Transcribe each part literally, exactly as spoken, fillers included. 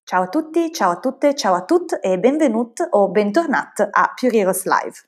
Ciao a tutti, ciao a tutte, ciao a tutti e benvenuti o bentornati a Pure Heroes Live.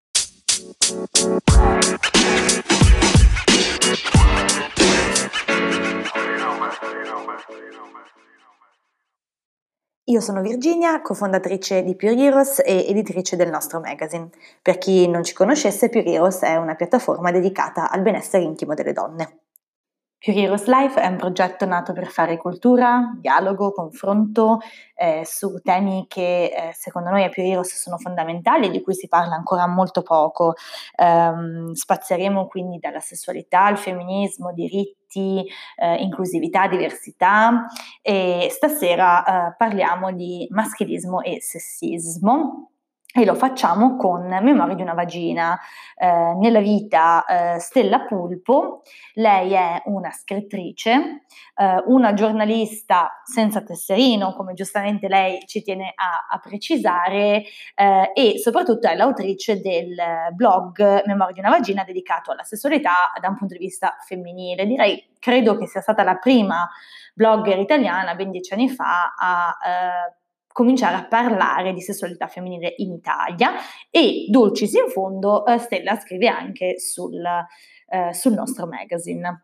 Io sono Virginia, cofondatrice di Pure Heroes e editrice del nostro magazine. Per chi non ci conoscesse, Pure Heroes è una piattaforma dedicata al benessere intimo delle donne. Pure Heroes Live è un progetto nato per fare cultura, dialogo, confronto eh, su temi che eh, secondo noi a Pure Heroes sono fondamentali e di cui si parla ancora molto poco. Um, spazieremo quindi dalla sessualità al femminismo, diritti, eh, inclusività, diversità e stasera eh, parliamo di maschilismo e sessismo. E lo facciamo con Memorie di una vagina. Eh, nella vita eh, Stella Pulpo, lei è una scrittrice, eh, una giornalista senza tesserino, come giustamente lei ci tiene a, a precisare, eh, e soprattutto è l'autrice del blog Memorie di una vagina dedicato alla sessualità da un punto di vista femminile. Direi, credo che sia stata la prima blogger italiana ben dieci anni fa a eh, cominciare a parlare di sessualità femminile in Italia e dulcis in fondo eh, Stella scrive anche sul, eh, sul nostro magazine.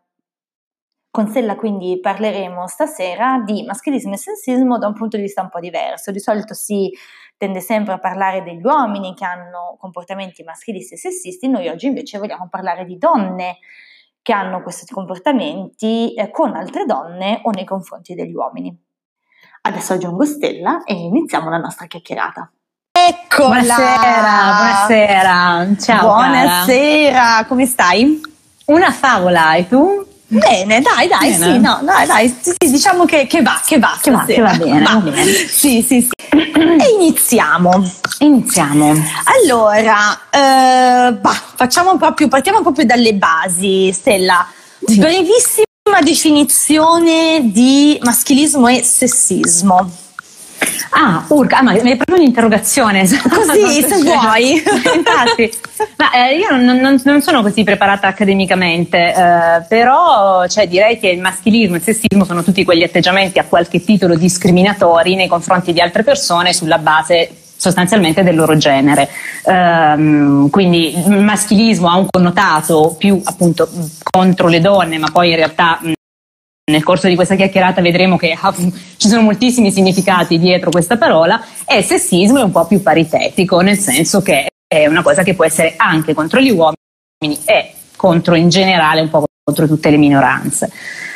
Con Stella quindi parleremo stasera di maschilismo e sessismo da un punto di vista un po' diverso. Di solito si tende sempre a parlare degli uomini che hanno comportamenti maschilisti e sessisti, noi oggi invece vogliamo parlare di donne che hanno questi comportamenti eh, con altre donne o nei confronti degli uomini. Adesso aggiungo Stella e iniziamo la nostra chiacchierata. Eccola! Buonasera, buonasera, ciao Buonasera, cara. Come stai? Una favola, e tu? Bene, dai, dai, bene. sì, no, dai, dai, sì, sì, diciamo che, che va, che va, che va, che va bene, va bene. Sì, sì, sì. E iniziamo. Iniziamo. Allora, eh, bah, facciamo proprio, partiamo proprio dalle basi, Stella. Sì. Brevissima definizione di maschilismo e sessismo. Ah, urca, ah, ma è proprio un'interrogazione. Così, se vuoi. Infatti, ma eh, io non, non, non sono così preparata accademicamente, eh, però cioè, direi che il maschilismo e il sessismo sono tutti quegli atteggiamenti a qualche titolo discriminatori nei confronti di altre persone sulla base sostanzialmente del loro genere. Um, quindi il maschilismo ha un connotato più appunto contro le donne, ma poi in realtà mh, nel corso di questa chiacchierata vedremo che ah, ci sono moltissimi significati dietro questa parola, e il sessismo è un po' più paritetico, nel senso che è una cosa che può essere anche contro gli uomini e contro in generale un po' contro tutte le minoranze.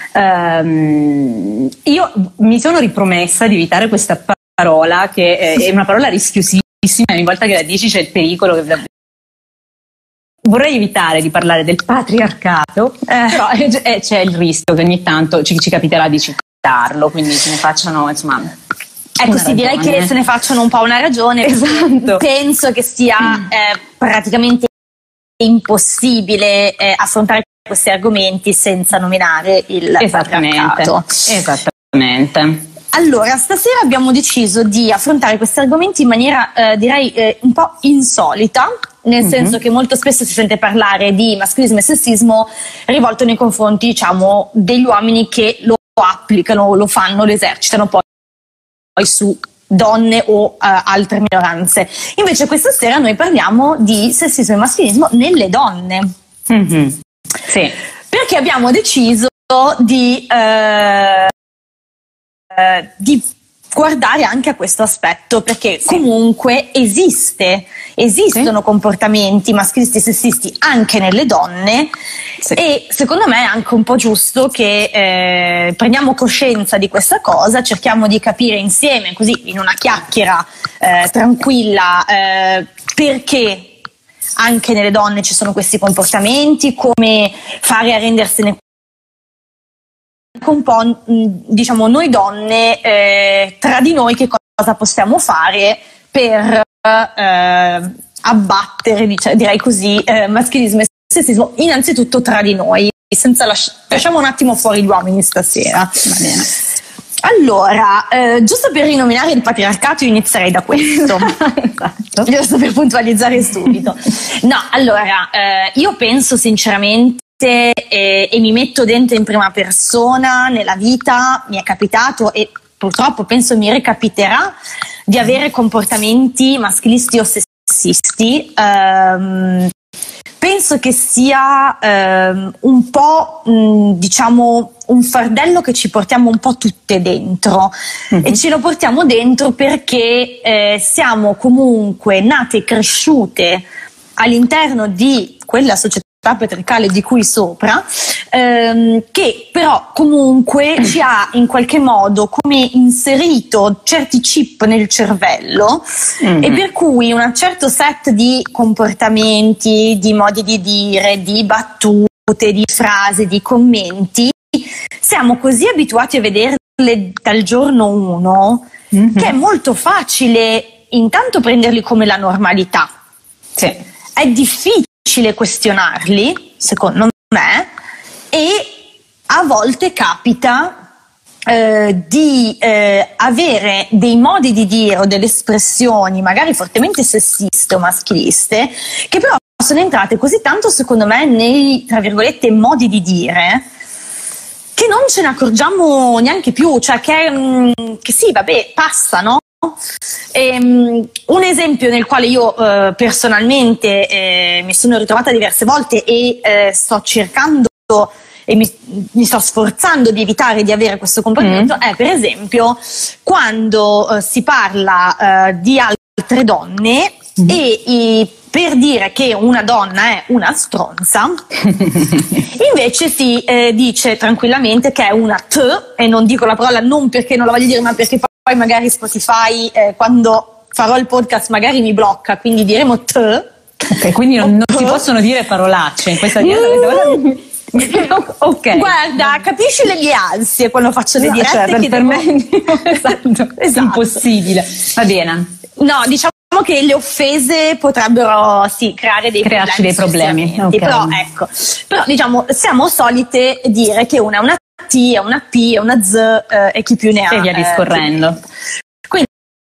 Um, io mi sono ripromessa di evitare questa parola parola che è una parola rischiosissima, ogni volta che la dici c'è il pericolo che... Vorrei evitare di parlare del patriarcato, eh. però eh, c'è il rischio che ogni tanto ci, ci capiterà di citarlo, quindi se ne facciano, insomma... Ecco, sì, direi che se ne facciano un po' una ragione. Esatto. Penso che sia eh, praticamente impossibile eh, affrontare questi argomenti senza nominare il Esattamente. patriarcato. Esattamente. Allora, stasera abbiamo deciso di affrontare questi argomenti in maniera, eh, direi, eh, un po' insolita, nel mm-hmm. senso che molto spesso si sente parlare di maschilismo e sessismo rivolto nei confronti, diciamo, degli uomini che lo applicano, lo fanno, lo esercitano poi, poi su donne o uh, altre minoranze. Invece questa sera noi parliamo di sessismo e maschilismo nelle donne. Mm-hmm. Sì. Perché abbiamo deciso di... Uh, di guardare anche a questo aspetto, perché sì. comunque esiste, esistono sì. comportamenti maschilisti e sessisti anche nelle donne sì. e secondo me è anche un po' giusto che eh, prendiamo coscienza di questa cosa, cerchiamo di capire insieme, così in una chiacchiera eh, tranquilla, eh, perché anche nelle donne ci sono questi comportamenti, come fare a rendersene un po', diciamo, noi donne eh, tra di noi che cosa possiamo fare per eh, abbattere, dic- direi così, eh, maschilismo e sessismo innanzitutto tra di noi, senza lasci- lasciamo un attimo fuori gli uomini stasera. Va bene. Allora, eh, giusto per rinominare il patriarcato io inizierei da questo, esatto. Giusto per puntualizzare subito. No, allora, eh, io penso sinceramente E, e mi metto dentro in prima persona, nella vita mi è capitato e purtroppo penso mi recapiterà di avere comportamenti maschilisti o sessisti. ehm, penso che sia ehm, un po' mh, diciamo un fardello che ci portiamo un po' tutte dentro, mm-hmm. e ce lo portiamo dentro perché eh, siamo comunque nate e cresciute all'interno di quella società patriarcale di cui sopra, ehm, che però comunque ci ha in qualche modo come inserito certi chip nel cervello, mm-hmm. e per cui un certo set di comportamenti, di modi di dire, di battute, di frasi, di commenti, siamo così abituati a vederle dal giorno uno, mm-hmm. che è molto facile intanto prenderli come la normalità. Sì. È difficile questionarli, secondo me, e a volte capita eh, di eh, avere dei modi di dire o delle espressioni magari fortemente sessiste o maschiliste, che però sono entrate così tanto, secondo me, nei, tra virgolette, modi di dire, che non ce ne accorgiamo neanche più, cioè che, mh, che sì, vabbè, passano. Um, un esempio nel quale io uh, personalmente eh, mi sono ritrovata diverse volte e eh, sto cercando e mi, mi sto sforzando di evitare di avere questo comportamento, mm. è per esempio quando uh, si parla uh, di altre donne, mm. e i, per dire che una donna è una stronza invece si eh, dice tranquillamente che è una T, e non dico la parola non perché non la voglio dire, ma perché poi magari Spotify eh, quando farò il podcast magari mi blocca, quindi diremo T. Ok, quindi non, non si possono dire parolacce in questa diretta. Mm. Okay. Guarda, capisci le mie ansie quando faccio le dirette? No, cioè, per, che per devo... me esatto, esatto. Impossibile. Va bene. No, diciamo che le offese potrebbero sì creare dei crearci problemi, dei problemi. Okay. Però ecco, però diciamo siamo solite dire che una è una T, è una P, è una Z eh, e chi più ne ha. E via discorrendo. Eh, quindi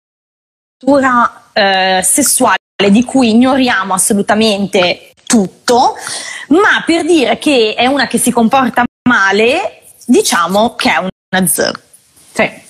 cultura eh, sessuale di cui ignoriamo assolutamente tutto, ma per dire che è una che si comporta male, diciamo che è una Z. Sì.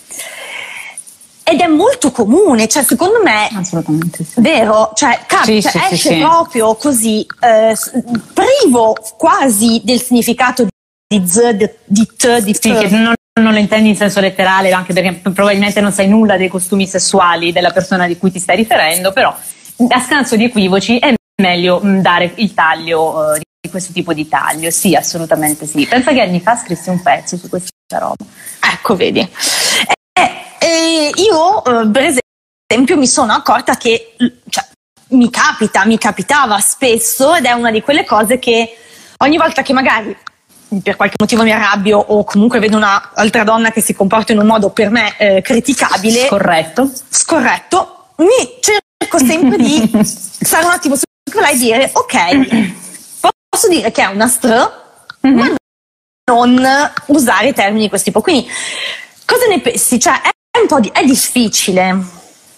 Ed è molto comune, cioè secondo me, assolutamente sì. Vero, cioè capita, sì, sì, esce sì, proprio così, eh, privo quasi del significato di Z, di, di T, di sì, T. Che non, non lo intendi in senso letterale, anche perché probabilmente non sai nulla dei costumi sessuali della persona di cui ti stai riferendo, però a scanso di equivoci è meglio mh, dare il taglio uh, di questo tipo di taglio, sì, assolutamente sì. Pensa che anni fa scrissi un pezzo su questa roba. Ecco, vedi. Eh, eh, io, eh, per esempio, mi sono accorta che, cioè, mi capita, mi capitava spesso, ed è una di quelle cose che ogni volta che magari per qualche motivo mi arrabbio o comunque vedo un'altra donna che si comporta in un modo per me eh, criticabile, scorretto, scorretto, mi cerco sempre di stare un attimo su e dire ok, posso dire che è una str, mm-hmm. ma non usare i termini di questo tipo. Quindi cosa ne pensi? Cioè è un po' di, è difficile.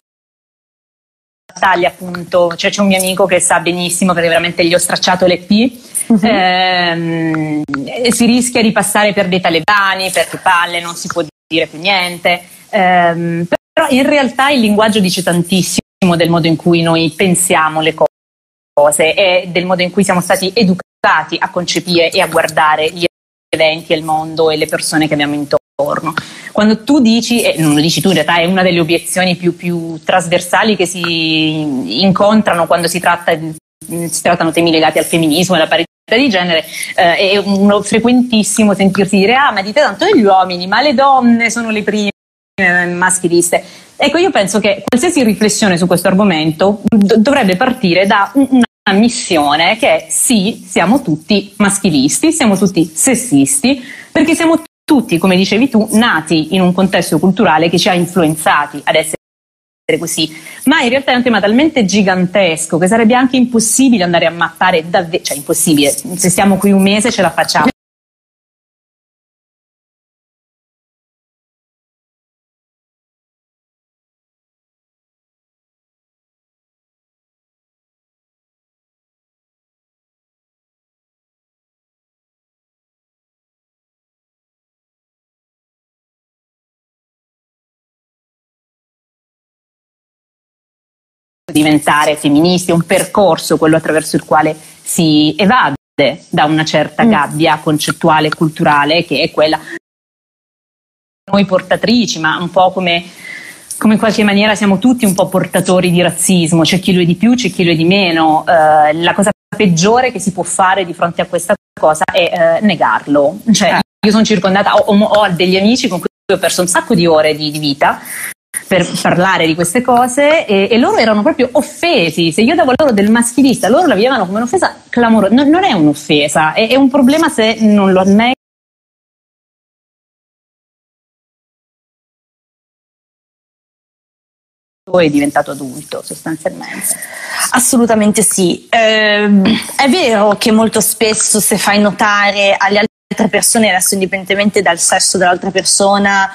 Battaglia, appunto, cioè c'è un mio amico che sa benissimo, perché veramente gli ho stracciato le P. Uh-huh. ehm, si rischia di passare per dei talebani, perché palle, non si può dire più niente, ehm, però in realtà il linguaggio dice tantissimo del modo in cui noi pensiamo le cose e del modo in cui siamo stati educati a concepire e a guardare gli eventi e il mondo e le persone che abbiamo intorno. Quando tu dici, e non lo dici tu, in realtà è una delle obiezioni più, più trasversali che si incontrano quando si tratta si trattano temi legati al femminismo e alla parità di genere, eh, è uno frequentissimo sentirsi dire ah ma dite tanto degli uomini, ma le donne sono le prime maschiliste. Ecco, io penso che qualsiasi riflessione su questo argomento d- dovrebbe partire da una missione che è sì, siamo tutti maschilisti, siamo tutti sessisti, perché siamo tutti, come dicevi tu, nati in un contesto culturale che ci ha influenzati ad essere così, ma in realtà è un tema talmente gigantesco che sarebbe anche impossibile andare a mappare davvero, cioè impossibile, se stiamo qui un mese ce la facciamo diventare femministi, è un percorso quello attraverso il quale si evade da una certa gabbia concettuale e culturale che è quella noi portatrici, ma un po' come, come in qualche maniera siamo tutti un po' portatori di razzismo, c'è chi lo è di più, c'è chi lo è di meno. Eh, la cosa peggiore che si può fare di fronte a questa cosa è eh, negarlo. Cioè, io sono circondata, ho, ho degli amici con cui ho perso un sacco di ore di, di vita per parlare di queste cose e, e loro erano proprio offesi. Se io davo loro del maschilista, loro la vivevano come un'offesa clamorosa. Non, non è un'offesa, è, è un problema se non lo ammetto. È diventato adulto sostanzialmente. Assolutamente sì. Eh, è vero che molto spesso, se fai notare alle altre persone, adesso indipendentemente dal sesso dell'altra persona,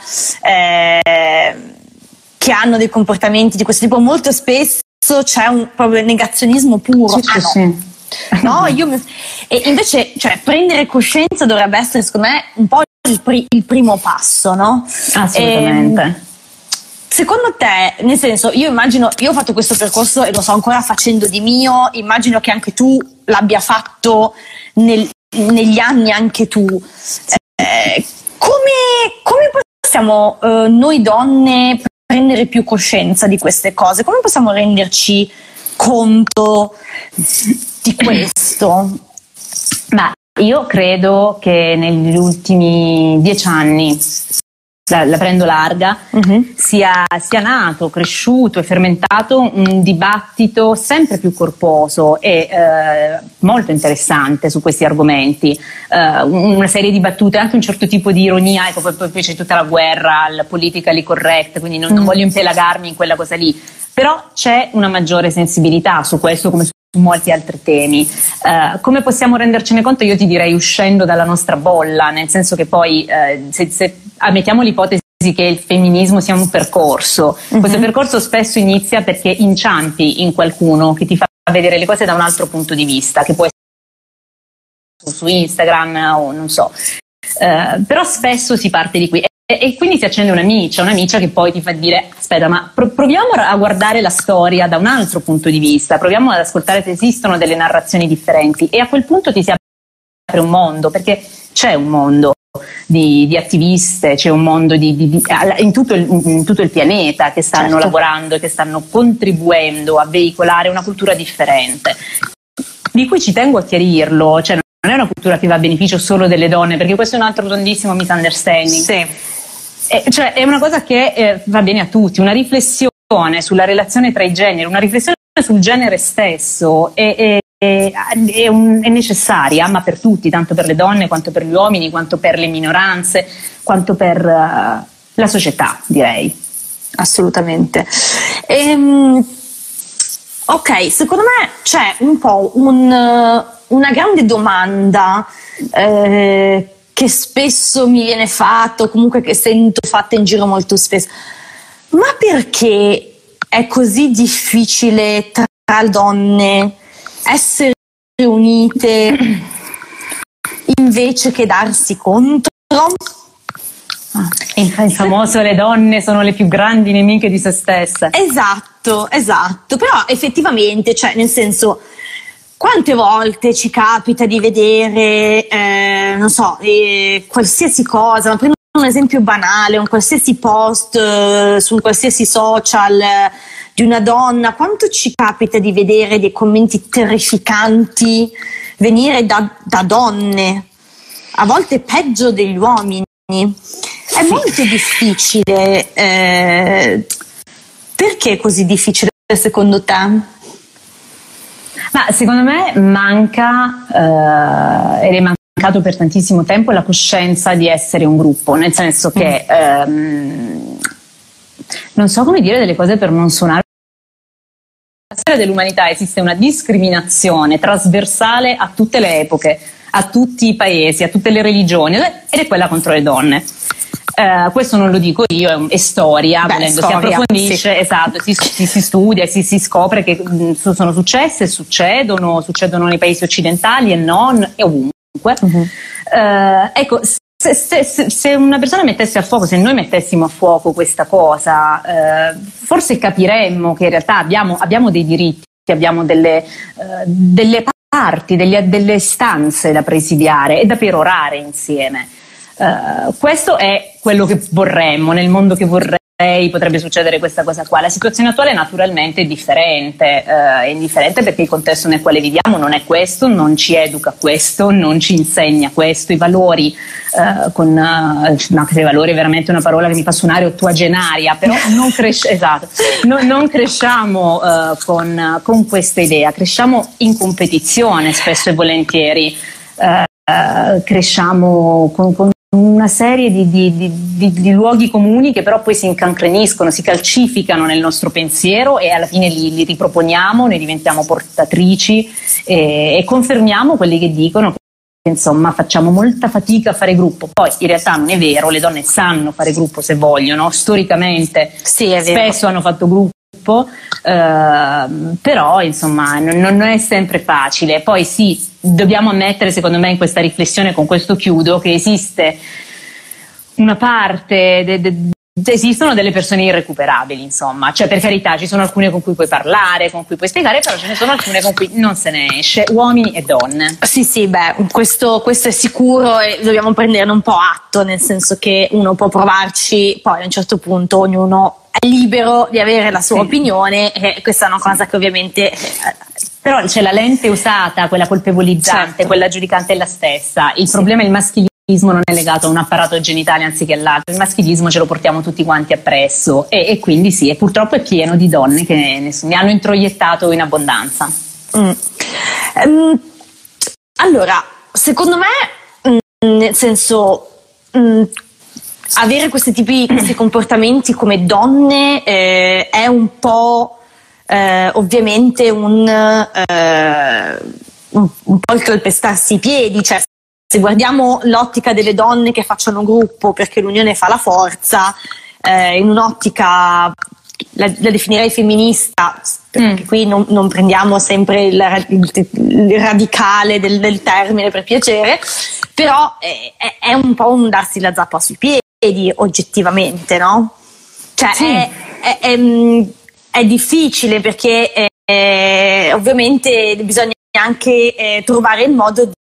eh, che hanno dei comportamenti di questo tipo, molto spesso c'è un proprio negazionismo puro. Sì, ah, sì, no. Sì. No, io mi... E invece, cioè, prendere coscienza dovrebbe essere, secondo me, un po' il, pri- il primo passo, no? Assolutamente. E, secondo te, nel senso, io immagino, io ho fatto questo percorso e lo sto ancora facendo di mio, immagino che anche tu l'abbia fatto nel, negli anni, anche tu. Eh, come, come possiamo eh, noi donne prendere più coscienza di queste cose? Come possiamo renderci conto di questo? Ma io credo che negli ultimi dieci anni, la, la prendo larga, uh-huh. sia, sia nato, cresciuto e fermentato un dibattito sempre più corposo e eh, molto interessante su questi argomenti, uh, una serie di battute, anche un certo tipo di ironia, ecco, poi, poi c'è tutta la guerra, il politically correct, quindi non, non voglio impelagarmi in quella cosa lì, però c'è una maggiore sensibilità su questo come su molti altri temi. Uh, come possiamo rendercene conto? Io ti direi uscendo dalla nostra bolla, nel senso che poi uh, se, se ammettiamo l'ipotesi che il femminismo sia un percorso, uh-huh. questo percorso spesso inizia perché inciampi in qualcuno che ti fa vedere le cose da un altro punto di vista, che può essere su Instagram o non so, uh, però spesso si parte di qui. E quindi si accende un'amicia, un'amicia che poi ti fa dire aspetta, ma proviamo a guardare la storia da un altro punto di vista, proviamo ad ascoltare se esistono delle narrazioni differenti, e a quel punto ti si apre un mondo, perché c'è un mondo di, di attiviste, c'è un mondo di, di, di, in, tutto il, in tutto il pianeta che stanno certo. lavorando e che stanno contribuendo a veicolare una cultura differente, di cui ci tengo a chiarirlo, cioè non è una cultura che va a beneficio solo delle donne, perché questo è un altro grandissimo misunderstanding. Sì. Eh, cioè è una cosa che eh, va bene a tutti, una riflessione sulla relazione tra i generi, una riflessione sul genere stesso è, è, è, è, un, è necessaria, ma per tutti, tanto per le donne quanto per gli uomini, quanto per le minoranze, quanto per uh, la società, direi. Assolutamente. Ehm, ok, secondo me c'è un po' un, una grande domanda eh, che spesso mi viene fatta, o comunque che sento fatta in giro molto spesso. Ma perché è così difficile tra donne essere unite invece che darsi contro? Ah, il famoso le donne sono le più grandi nemiche di se stesse. Esatto, esatto. Però effettivamente, cioè nel senso, quante volte ci capita di vedere, eh, non so, eh, qualsiasi cosa, ma prendo un esempio banale, un qualsiasi post eh, su un qualsiasi social eh, di una donna, quanto ci capita di vedere dei commenti terrificanti venire da, da donne, a volte peggio degli uomini. È molto difficile. Eh, perché è così difficile secondo te? Ma secondo me manca, eh, ed è mancato per tantissimo tempo, la coscienza di essere un gruppo, nel senso che ehm, non so come dire delle cose per non suonare. Nella storia dell'umanità esiste una discriminazione trasversale a tutte le epoche, a tutti i paesi, a tutte le religioni, ed è quella contro le donne. Uh, questo non lo dico io, è storia, Beh, volendo, storia, si approfondisce, sì. Esatto, si, si, si studia, si, si scopre che mh, sono successe, succedono, succedono nei paesi occidentali e non, e ovunque. Uh-huh. Uh, ecco, Se, se, se una persona mettesse a fuoco, se noi mettessimo a fuoco questa cosa, eh, forse capiremmo che in realtà abbiamo, abbiamo dei diritti, abbiamo delle, eh, delle parti, delle, delle istanze da presidiare e da perorare insieme. Eh, questo è quello che vorremmo, nel mondo che vorremmo potrebbe succedere questa cosa qua. La situazione attuale naturalmente è differente, eh, è indifferente perché il contesto nel quale viviamo non è questo, non ci educa questo, non ci insegna questo, i valori, eh, con, uh, no, che valori è veramente una parola che mi fa suonare ottuagenaria, però non, cres- esatto, no, non cresciamo uh, con, con questa idea, cresciamo in competizione spesso e volentieri, uh, uh, cresciamo con, con una serie di, di, di, di, di luoghi comuni che però poi si incancreniscono, si calcificano nel nostro pensiero e alla fine li, li riproponiamo, ne diventiamo portatrici e, e confermiamo quelli che dicono che insomma facciamo molta fatica a fare gruppo. Poi in realtà non è vero, le donne sanno fare gruppo se vogliono, storicamente sì, è vero. Spesso hanno fatto gruppo, eh, però insomma non, non è sempre facile. Poi sì, dobbiamo ammettere, secondo me, in questa riflessione, con questo chiudo, che esiste una parte, de, de, de, esistono delle persone irrecuperabili, insomma, cioè per carità ci sono alcune con cui puoi parlare, con cui puoi spiegare, però ce ne sono alcune con cui non se ne esce, uomini e donne. Sì, sì, beh, questo, questo è sicuro e dobbiamo prenderne un po' atto, nel senso che uno può provarci, poi a un certo punto ognuno è libero di avere la sua sì. opinione e questa è una cosa che ovviamente... Però c'è la lente usata, quella colpevolizzante, certo. quella giudicante è la stessa. Il sì. problema è il maschilismo, non è legato a un apparato genitale anziché all'altro. Il maschilismo ce lo portiamo tutti quanti appresso e, e quindi sì, e purtroppo è pieno di donne che ne, ne hanno introiettato in abbondanza. Mm. Um, allora, secondo me, nel senso, mh, avere questi tipi, questi comportamenti come donne eh, è un po'... Eh, ovviamente un, eh, un, un po' il calpestarsi i piedi, cioè se guardiamo l'ottica delle donne che facciano gruppo perché l'unione fa la forza, eh, in un'ottica la, la definirei femminista, perché mm. qui non, non prendiamo sempre il, il, il radicale del, del termine per piacere, però è, è un po' un darsi la zappa sui piedi oggettivamente, no? Cioè sì. è, è, è È difficile perché eh, ovviamente bisogna anche eh, trovare il modo di...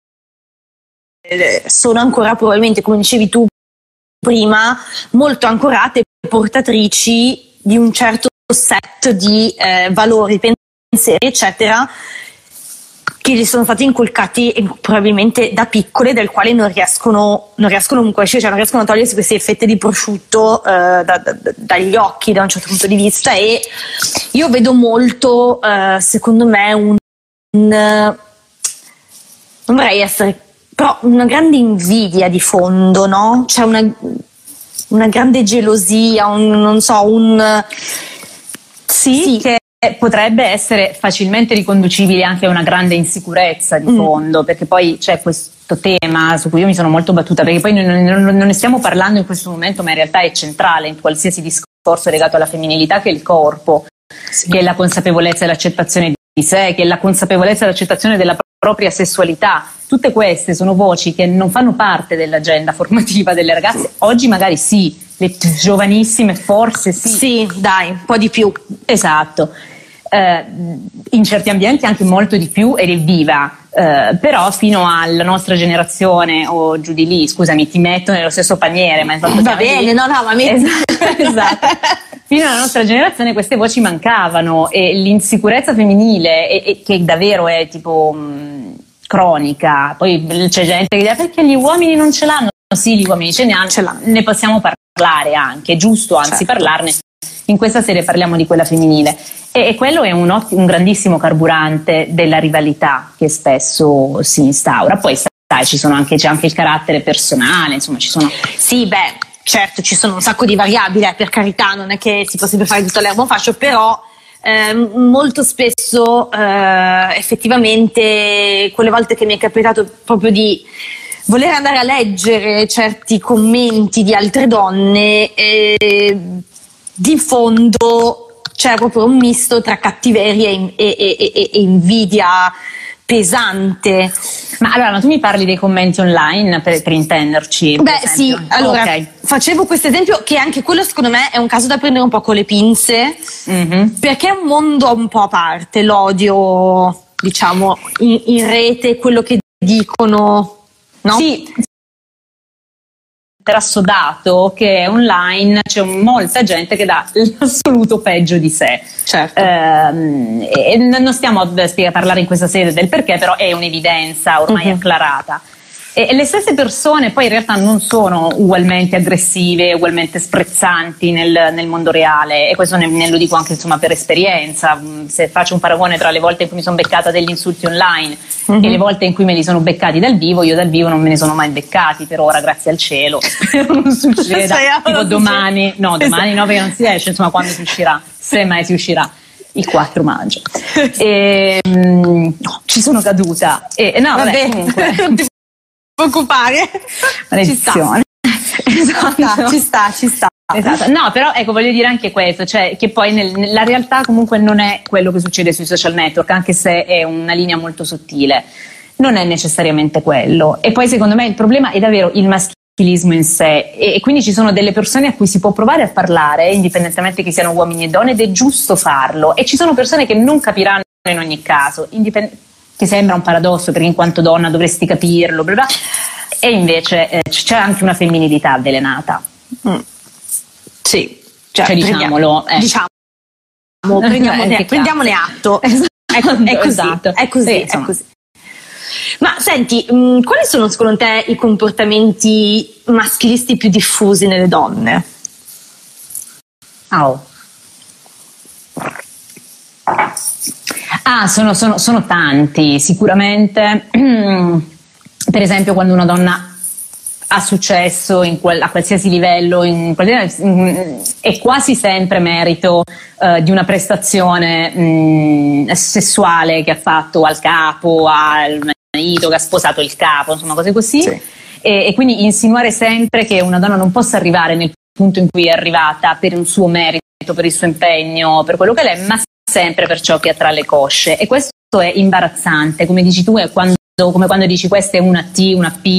Eh, sono ancora probabilmente, come dicevi tu prima, molto ancorate, portatrici di un certo set di eh, valori, pensieri, eccetera, che gli sono stati inculcati probabilmente da piccole, dal quale non riescono, non riescono comunque a uscire, cioè non riescono a togliersi queste fette di prosciutto eh, da, da, dagli occhi da un certo punto di vista. E io vedo molto, eh, secondo me, un, un non vorrei essere, però una grande invidia di fondo, no? C'è una, una grande gelosia, un, non so, un sì, sì. che potrebbe essere facilmente riconducibile anche a una grande insicurezza di fondo, mm. perché poi c'è questo tema su cui io mi sono molto battuta, perché poi non, non, non ne stiamo parlando in questo momento, ma in realtà è centrale in qualsiasi discorso legato alla femminilità, che è il corpo, sì. che è la consapevolezza e l'accettazione di sé, che è la consapevolezza e l'accettazione della propria sessualità. Tutte queste sono voci che non fanno parte dell'agenda formativa delle ragazze. Oggi magari sì, le giovanissime forse sì. Sì, dai, un po' di più. Esatto. Eh, in certi ambienti anche molto di più ed è viva, eh, però fino alla nostra generazione o giù di lì, scusami, ti metto nello stesso paniere, ma va bene, no no, ma metti... esatto, esatto. Fino alla nostra generazione queste voci mancavano e l'insicurezza femminile e, e che davvero è tipo mh, cronica. Poi c'è gente che dice perché gli uomini non ce l'hanno. Sì, gli uomini ce ne hanno, ce l'hanno. Ne possiamo parlare anche, è giusto anzi certo. parlarne. In questa serie parliamo di quella femminile e, e quello è un, ottimo, un grandissimo carburante della rivalità che spesso si instaura. Poi sai, ci sono anche, c'è anche il carattere personale, insomma ci sono... Sì, beh, certo, ci sono un sacco di variabili, eh, per carità, non è che si può sempre fare tutto all'erba un fascio, però eh, molto spesso eh, effettivamente quelle volte che mi è capitato proprio di voler andare a leggere certi commenti di altre donne, eh, di fondo c'è proprio un misto tra cattiveria e, e, e, e invidia pesante. Ma allora, ma tu mi parli dei commenti online per, per intenderci? Beh per sì, allora okay. facevo questo esempio che anche quello secondo me è un caso da prendere un po' con le pinze, mm-hmm. perché è un mondo un po' a parte, l'odio diciamo in, in rete, quello che dicono, no? Sì. Era assodato che online c'è molta gente che dà l'assoluto peggio di sé. Certo. Eh, e non stiamo a parlare in questa sede del perché, però è un'evidenza ormai uh-huh. acclarata. E le stesse persone poi in realtà non sono ugualmente aggressive, ugualmente sprezzanti nel, nel mondo reale, e questo ne, ne lo dico anche insomma per esperienza. Se faccio un paragone tra le volte in cui mi sono beccata degli insulti online mm-hmm. e le volte in cui me li sono beccati dal vivo, io dal vivo non me ne sono mai beccati per ora, grazie al cielo. Non succeda, tipo domani, no domani no perché non si esce, insomma quando si uscirà, se mai si uscirà. Il quattro maggio. E, no, ci sono caduta. E, no, vabbè, vabbè comunque. Occupare maledizione. Esatto. Ci sta, ci sta. Esatto. No, però ecco, voglio dire anche questo, cioè che poi nel, nella realtà comunque non è quello che succede sui social network, anche se è una linea molto sottile, non è necessariamente quello. E poi secondo me il problema è davvero il maschilismo in sé, e, e quindi ci sono delle persone a cui si può provare a parlare, indipendentemente che siano uomini e donne, ed è giusto farlo, e ci sono persone che non capiranno in ogni caso, indipendentemente. Che sembra un paradosso perché in quanto donna dovresti capirlo, bla bla, e invece eh, c'è anche una femminilità avvelenata. Mm. Sì, cioè, cioè diciamolo. Eh. Diciamo, prendiamone, eh, prendiamone atto. Esatto, è, è così, esatto. è così, sì, è così. Ma senti, mh, quali sono secondo te i comportamenti maschilisti più diffusi nelle donne? Oh. Ah, sono, sono, sono tanti, sicuramente. Per esempio, quando una donna ha successo in quel, a qualsiasi livello, in, in, è quasi sempre merito uh, di una prestazione mh, sessuale che ha fatto al capo, al marito che ha sposato il capo, insomma cose così. Sì. E, e quindi insinuare sempre che una donna non possa arrivare nel punto in cui è arrivata per un suo merito, per il suo impegno, per quello che lei è, ma sempre per ciò che ha tra le cosce, e questo è imbarazzante, come dici tu, è quando, come quando dici questa è una T, una P,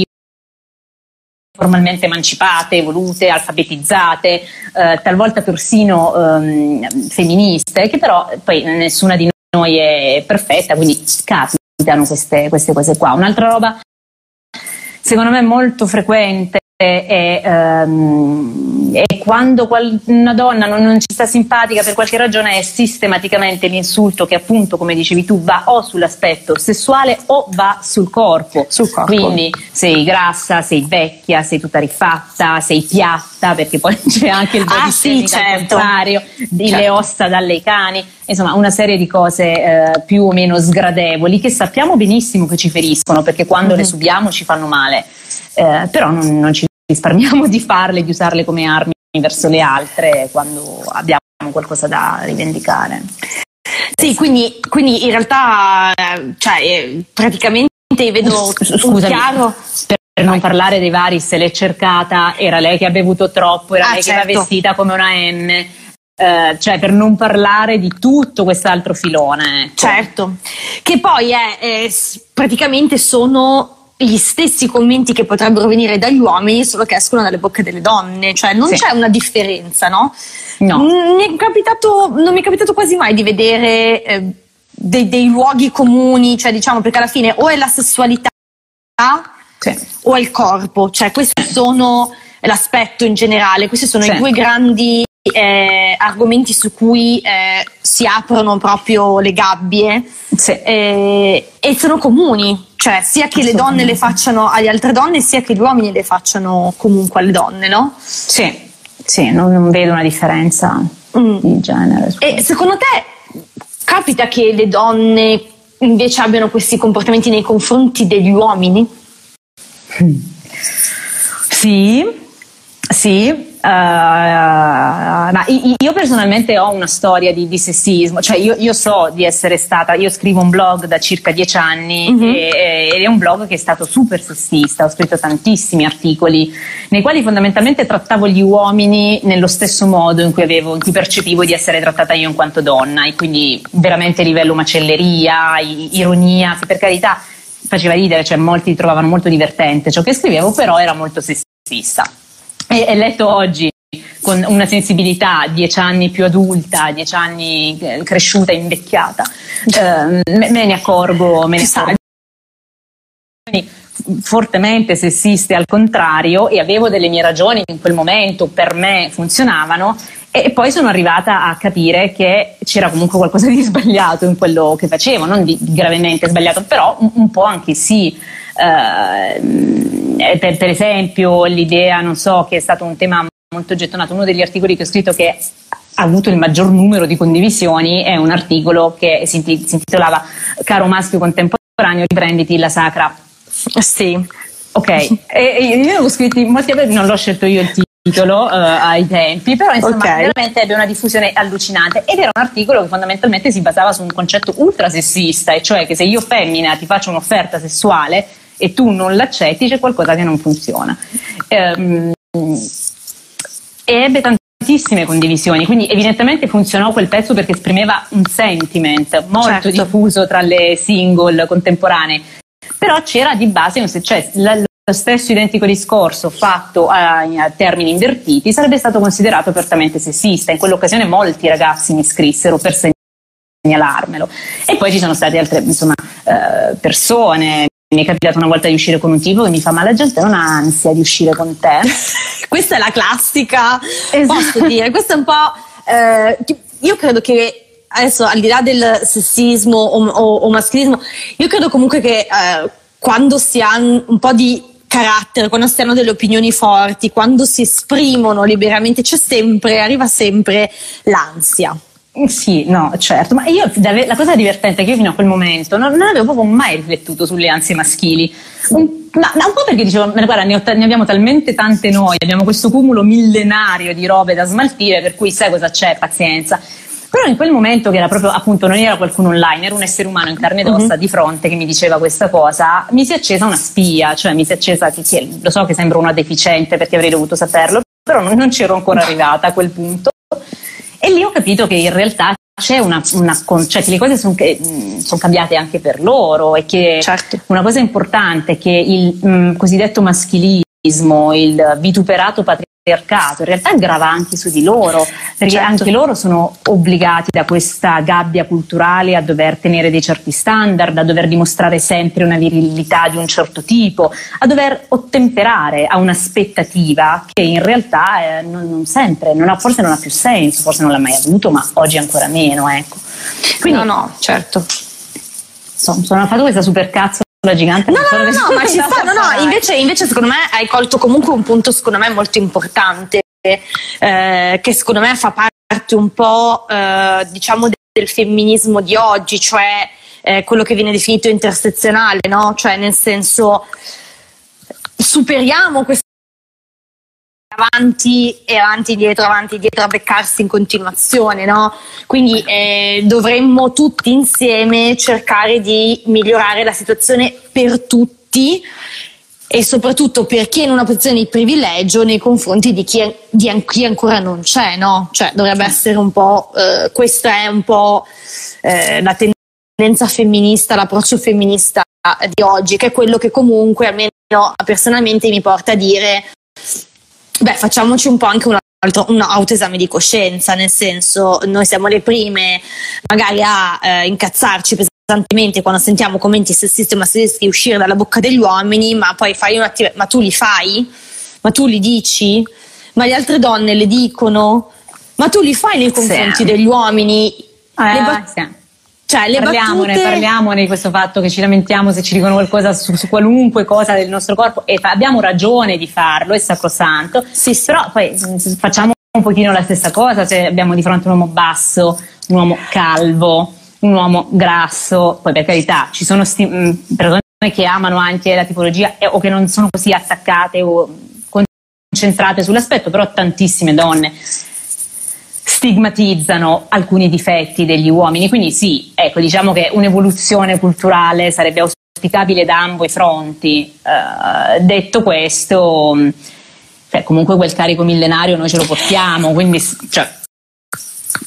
formalmente emancipate, evolute, alfabetizzate, eh, talvolta persino ehm, femministe, che però poi nessuna di noi è perfetta, quindi capitano queste, queste cose qua. Un'altra roba secondo me molto frequente è, ehm, è quando una donna non, non ci sta simpatica per qualche ragione, è sistematicamente l'insulto che appunto, come dicevi tu, va o sull'aspetto sessuale o va sul corpo. Sul corpo. Quindi sei grassa, sei vecchia, sei tutta rifatta, sei piatta, perché poi c'è anche il body ah, sì, certo. al contrario, di certo. le ossa dalle cani, insomma una serie di cose eh, più o meno sgradevoli che sappiamo benissimo che ci feriscono, perché quando mm-hmm. le subiamo ci fanno male. Eh, però non, non ci risparmiamo di farle, di usarle come armi verso le altre quando abbiamo qualcosa da rivendicare. Sì, quindi, quindi in realtà cioè, praticamente vedo Scusami, chiaro. Per non parlare dei vari, se l'è cercata, era lei che ha bevuto troppo, era ah, lei certo. che va vestita come una M, eh, cioè per non parlare di tutto quest'altro filone. Ecco. Certo, che poi è, è praticamente sono gli stessi commenti che potrebbero venire dagli uomini, solo che escono dalle bocche delle donne, cioè non sì. c'è una differenza, no? No. Mi è capitato, non mi è capitato quasi mai di vedere eh, dei, dei luoghi comuni, cioè diciamo, perché alla fine o è la sessualità sì. o è il corpo, cioè questi sono l'aspetto in generale, questi sono sì. i due grandi eh, argomenti su cui eh, si aprono proprio le gabbie sì. eh, e sono comuni. Cioè, sia che le donne le facciano alle altre donne, sia che gli uomini le facciano comunque alle donne, no? Sì, sì, non, non vedo una differenza mm. di genere. E secondo te capita che le donne invece abbiano questi comportamenti nei confronti degli uomini? Sì, sì. Uh, ma io personalmente ho una storia di, di sessismo, cioè io, io so di essere stata, io scrivo un blog da circa dieci anni mm-hmm. e, ed è un blog che è stato super sessista, ho scritto tantissimi articoli nei quali fondamentalmente trattavo gli uomini nello stesso modo in cui avevo, in cui percepivo di essere trattata io in quanto donna, e quindi veramente livello macelleria, ironia, per carità. faceva ridere, cioè molti trovavano molto divertente ciò che scrivevo, però era molto sessista. E, e letto oggi con una sensibilità dieci anni più adulta, dieci anni cresciuta, invecchiata, eh, me, me ne accorgo, me ne accorgo fortemente sessiste al contrario, e avevo delle mie ragioni in quel momento, per me funzionavano, e poi sono arrivata a capire che c'era comunque qualcosa di sbagliato in quello che facevo, non di, di gravemente sbagliato, però un, un po' anche sì. Uh, per, per esempio l'idea, non so, che è stato un tema molto gettonato, uno degli articoli che ho scritto che ha avuto il maggior numero di condivisioni è un articolo che si intitolava Caro maschio contemporaneo, riprenditi la sacra. Sì. Ok, e, e io l'avevo scritto molti anni, non l'ho scelto io il titolo uh, ai tempi, però insomma okay. veramente ebbe una diffusione allucinante, ed era un articolo che fondamentalmente si basava su un concetto ultra sessista, e cioè che se io femmina ti faccio un'offerta sessuale e tu non l'accetti, c'è qualcosa che non funziona. Um, e ebbe tantissime condivisioni, quindi evidentemente funzionò quel pezzo perché esprimeva un sentiment molto certo. diffuso tra le single contemporanee, però c'era di base, cioè la, lo stesso identico discorso fatto a, a termini invertiti sarebbe stato considerato apertamente sessista. In quell'occasione molti ragazzi mi scrissero per segnalarmelo, e poi ci sono state altre insomma eh, persone. Mi è capitato una volta di uscire con un tipo che mi fa: ma la gente non ha ansia di uscire con te? Questa è la classica, esatto. Posso dire, questo è un po' eh, io credo che adesso, al di là del sessismo o, o, o maschilismo, io credo comunque che eh, quando si ha un po' di carattere, quando si hanno delle opinioni forti, quando si esprimono liberamente, c'è sempre, arriva sempre l'ansia. Sì, no, certo, ma io la cosa divertente è che io fino a quel momento non, non avevo proprio mai riflettuto sulle ansie maschili, un, ma, ma un po' perché dicevo, guarda, ne, ho, ne abbiamo talmente tante noi, abbiamo questo cumulo millenario di robe da smaltire, per cui sai cosa c'è, pazienza. Però in quel momento, che era proprio, appunto, non era qualcuno online, era un essere umano in carne ed ossa uh-huh. di fronte che mi diceva questa cosa, mi si è accesa una spia, cioè mi si è accesa, che, che, lo so che sembra una deficiente perché avrei dovuto saperlo, però non, non c'ero ancora arrivata a quel punto. E lì ho capito che in realtà c'è una, una cioè che le cose sono son cambiate anche per loro, e che certo. una cosa importante è che il mh, cosiddetto maschilismo, il vituperato patriarcato in realtà grava anche su di loro, perché certo. anche loro sono obbligati da questa gabbia culturale a dover tenere dei certi standard, a dover dimostrare sempre una virilità di un certo tipo, a dover ottemperare a un'aspettativa che in realtà eh, non, non sempre, non ha, forse non ha più senso, forse non l'ha mai avuto, ma oggi ancora meno, ecco. Quindi, no, no, certo. Insomma, sono fatto questa super cazzo la gigante. No, no, no, no, ma ci sta, no, no, invece, invece secondo me hai colto comunque un punto secondo me molto importante, eh, che secondo me fa parte un po' eh, diciamo del femminismo di oggi, cioè eh, quello che viene definito intersezionale, no? Cioè nel senso, superiamo questo avanti e avanti, dietro, avanti, dietro, a beccarsi in continuazione, no? Quindi eh, dovremmo tutti insieme cercare di migliorare la situazione per tutti, e soprattutto per chi è in una posizione di privilegio nei confronti di chi, è, di chi ancora non c'è, no? Cioè dovrebbe essere un po', eh, questa è un po' eh, la tendenza femminista, l'approccio femminista di oggi, che è quello che comunque almeno personalmente mi porta a dire: beh, facciamoci un po' anche un, altro, un autoesame di coscienza, nel senso, noi siamo le prime magari a eh, incazzarci pesantemente quando sentiamo commenti sessisti e maschilisti uscire dalla bocca degli uomini, ma poi fai un attimo, ma tu li fai? Ma tu li dici? Ma le altre donne le dicono? Ma tu li fai nei confronti sì. degli uomini? Eh, le bat- sì. Cioè, le parliamone, battute... parliamone di questo fatto che ci lamentiamo se ci dicono qualcosa su, su qualunque cosa del nostro corpo, e fa, abbiamo ragione di farlo, è sacrosanto, sì, sì. Però poi facciamo un pochino la stessa cosa se abbiamo di fronte un uomo basso, un uomo calvo, un uomo grasso. Poi per carità ci sono sti- mh, persone che amano anche la tipologia eh, o che non sono così attaccate o concentrate sull'aspetto, però tantissime donne stigmatizzano alcuni difetti degli uomini, quindi sì, ecco, diciamo che un'evoluzione culturale sarebbe auspicabile da ambo i fronti. Uh, detto questo, cioè, comunque quel carico millenario noi ce lo portiamo, quindi cioè, sì,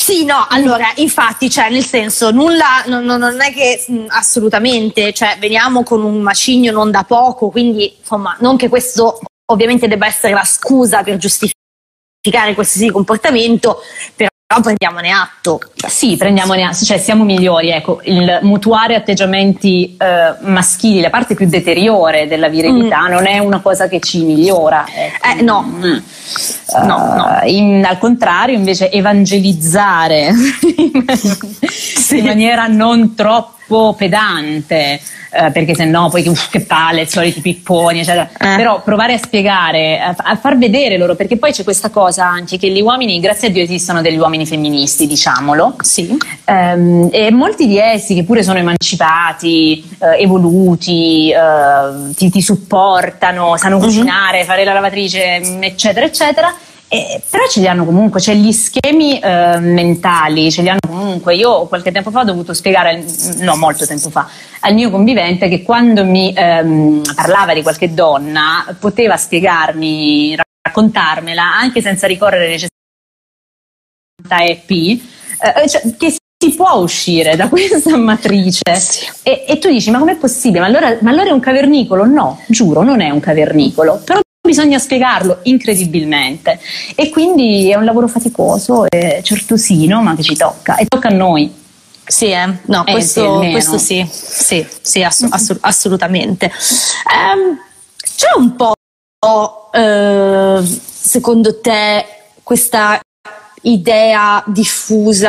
sì, no, allora, infatti, cioè, nel senso, nulla, non, non è che mh, assolutamente, cioè, veniamo con un macigno non da poco, quindi, insomma, non che questo ovviamente debba essere la scusa per giustificare qualsiasi comportamento, però prendiamone atto. Sì, prendiamone atto, cioè siamo migliori, ecco, il mutuare atteggiamenti eh, maschili, la parte più deteriore della virilità, mm. non è una cosa che ci migliora. Ecco. Eh, no. Mm. Uh, no, no. In, al contrario, invece, evangelizzare sì. in maniera non troppo pedante, eh, perché sennò poi uff, che palle, soliti pipponi, eccetera. Eh. Però provare a spiegare, a, a far vedere loro, perché poi c'è questa cosa anche che gli uomini, grazie a Dio esistono degli uomini femministi, diciamolo, sì. ehm, e molti di essi che pure sono emancipati, eh, evoluti, eh, ti, ti supportano, sanno uh-huh. cucinare, fare la lavatrice, eccetera, eccetera. Eh, però ce li hanno comunque, cioè gli schemi eh, mentali ce li hanno comunque. Io qualche tempo fa ho dovuto spiegare, no molto tempo fa, al mio convivente che quando mi ehm, parlava di qualche donna poteva spiegarmi, raccontarmela anche senza ricorrere necessariamente a E P, eh, cioè, che si può uscire da questa matrice. Sì. e, e tu dici ma com'è possibile? Ma allora, ma allora è un cavernicolo? No, giuro, non è un cavernicolo, però bisogna spiegarlo incredibilmente e quindi è un lavoro faticoso e certosino, ma che ci tocca e tocca a noi. Sì, eh? no, eh, questo, sì, questo sì, sì, sì ass- ass- assolutamente. Um, c'è un po', uh, secondo te, questa idea diffusa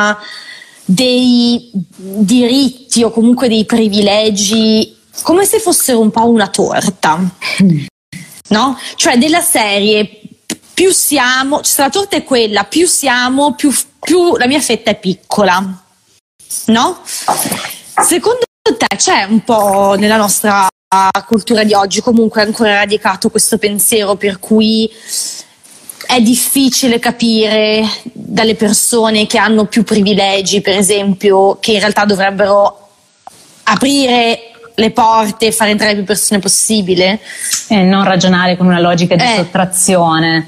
dei diritti o comunque dei privilegi come se fossero un po' una torta? No? Cioè della serie più siamo, cioè la torta è quella, più siamo, più, più la mia fetta è piccola, no? Secondo te c'è un po' nella nostra cultura di oggi comunque ancora radicato questo pensiero per cui è difficile capire dalle persone che hanno più privilegi, per esempio, che in realtà dovrebbero aprire le porte e far entrare più persone possibile e non ragionare con una logica di eh. sottrazione.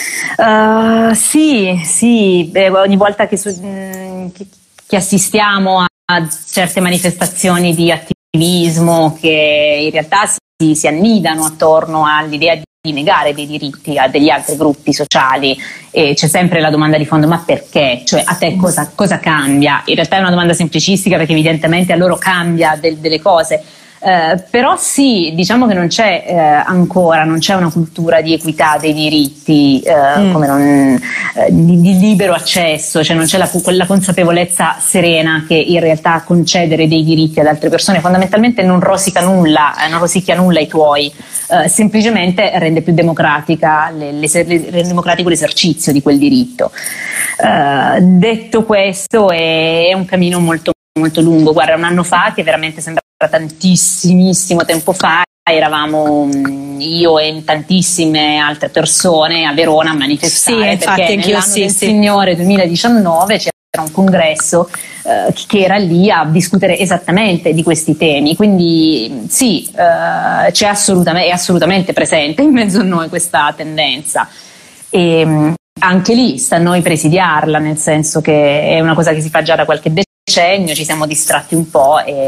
Uh, sì, sì, beh, ogni volta che, su, mh, che, che assistiamo a, a certe manifestazioni di attivismo che in realtà si, si annidano attorno all'idea di negare dei diritti a degli altri gruppi sociali e c'è sempre la domanda di fondo: ma perché? Cioè a te cosa, cosa cambia? In realtà è una domanda semplicistica perché evidentemente a loro cambia del, delle cose. Eh, però sì, diciamo che non c'è eh, ancora, non c'è una cultura di equità dei diritti, eh, mm. come non, eh, di, di libero accesso, cioè non c'è la, quella consapevolezza serena che in realtà concedere dei diritti ad altre persone fondamentalmente non rosica nulla, eh, non rosicchia nulla ai tuoi, eh, semplicemente rende più democratica le, le, rende democratico l'esercizio di quel diritto. Eh, detto questo è, è un cammino molto molto lungo. Guarda, un anno fa, che veramente sembra tantissimissimo tempo fa, eravamo io e tantissime altre persone a Verona a manifestare, sì, perché infatti, nell'anno sì, del sì. Signore duemiladiciannove c'era un congresso eh, che era lì a discutere esattamente di questi temi, quindi sì, eh, c'è assolutamente, è assolutamente presente in mezzo a noi questa tendenza e anche lì sta a noi presidiarla, nel senso che è una cosa che si fa già da qualche decennio, ci siamo distratti un po' e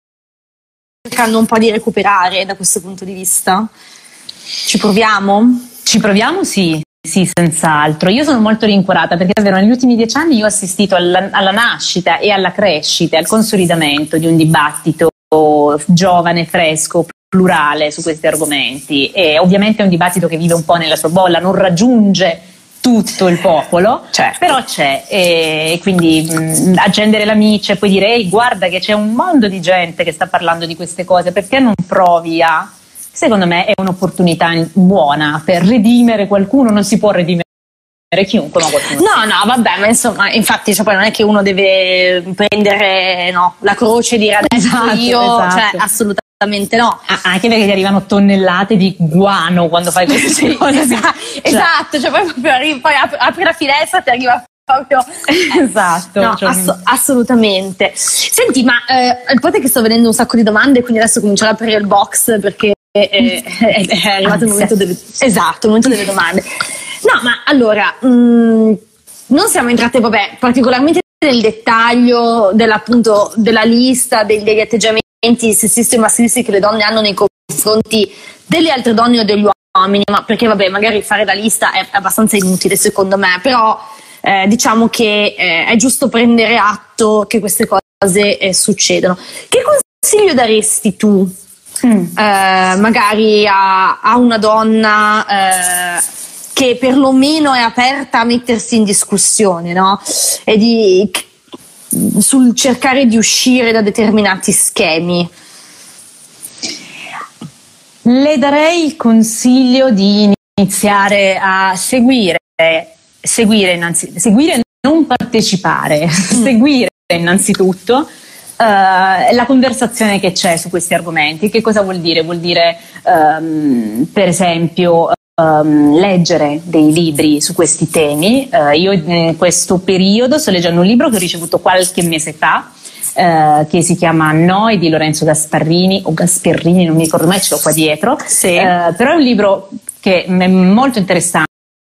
cercando un po' di recuperare da questo punto di vista. Ci proviamo? Ci proviamo, sì, sì, senz'altro. Io sono molto rincuorata perché davvero negli ultimi dieci anni io ho assistito alla, alla nascita e alla crescita, al consolidamento di un dibattito giovane, fresco, plurale su questi argomenti e ovviamente è un dibattito che vive un po' nella sua bolla, non raggiunge tutto il popolo, certo. Però c'è e quindi mh, accendere la miccia e poi dire ehi guarda che c'è un mondo di gente che sta parlando di queste cose, perché non provi a... Secondo me è un'opportunità buona per redimere qualcuno, non si può redimere chiunque, ma qualcuno no, no, vabbè, ma insomma, infatti cioè, poi non è che uno deve prendere no, la croce e dire adesso esatto, io, esatto. Cioè assolutamente no, anche perché ti arrivano tonnellate di guano quando fai queste sì, cose. Esatto, cioè, esatto, cioè poi, proprio arrivi, poi apri, apri la finestra e ti arriva proprio esatto, no, cioè... ass- assolutamente. Senti, ma eh, il punto è che sto vedendo un sacco di domande, quindi adesso comincio ad aprire il box perché è, è, è, è arrivato il momento delle esatto, il momento delle domande. No, ma allora mh, non siamo entrate, vabbè, particolarmente nel dettaglio dell'appunto della lista degli, degli atteggiamenti sessisti e maschilisti che le donne hanno nei confronti delle altre donne o degli uomini, ma perché vabbè, magari fare la lista è abbastanza inutile secondo me, però eh, diciamo che eh, è giusto prendere atto che queste cose eh, succedono. Che consiglio daresti tu mm. eh, magari a, a una donna eh, che perlomeno è aperta a mettersi in discussione, no? E di, sul cercare di uscire da determinati schemi? Le darei il consiglio di iniziare a seguire, seguire, innanzi, seguire e non partecipare, mm. seguire innanzitutto uh, la conversazione che c'è su questi argomenti. Che cosa vuol dire? Vuol dire um, per esempio um, leggere dei libri su questi temi. Uh, io in questo periodo sto leggendo un libro che ho ricevuto qualche mese fa, Uh, che si chiama Noi di Lorenzo Gasparrini o Gasperrini, non mi ricordo mai, ce l'ho qua dietro, sì. uh, però è un libro che è molto interessante.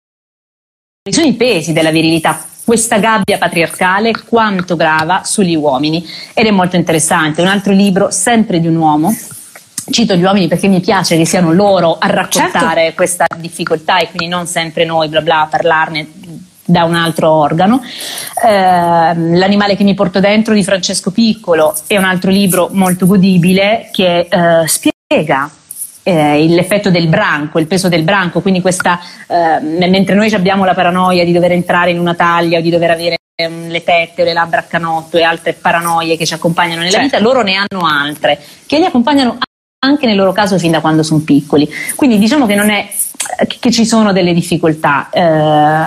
Sono i pesi della virilità, questa gabbia patriarcale quanto grava sugli uomini, ed è molto interessante. Un altro libro sempre di un uomo, cito gli uomini perché mi piace che siano loro a raccontare certo. questa difficoltà e quindi non sempre noi bla bla a parlarne da un altro organo. eh, L'animale che mi porto dentro di Francesco Piccolo è un altro libro molto godibile che eh, spiega eh, l'effetto del branco, il peso del branco, quindi questa eh, mentre noi abbiamo la paranoia di dover entrare in una taglia o di dover avere um, le tette o le labbra a canotto e altre paranoie che ci accompagnano nella certo. vita, loro ne hanno altre che li accompagnano anche nel loro caso fin da quando sono piccoli, quindi diciamo che non è che ci sono delle difficoltà eh,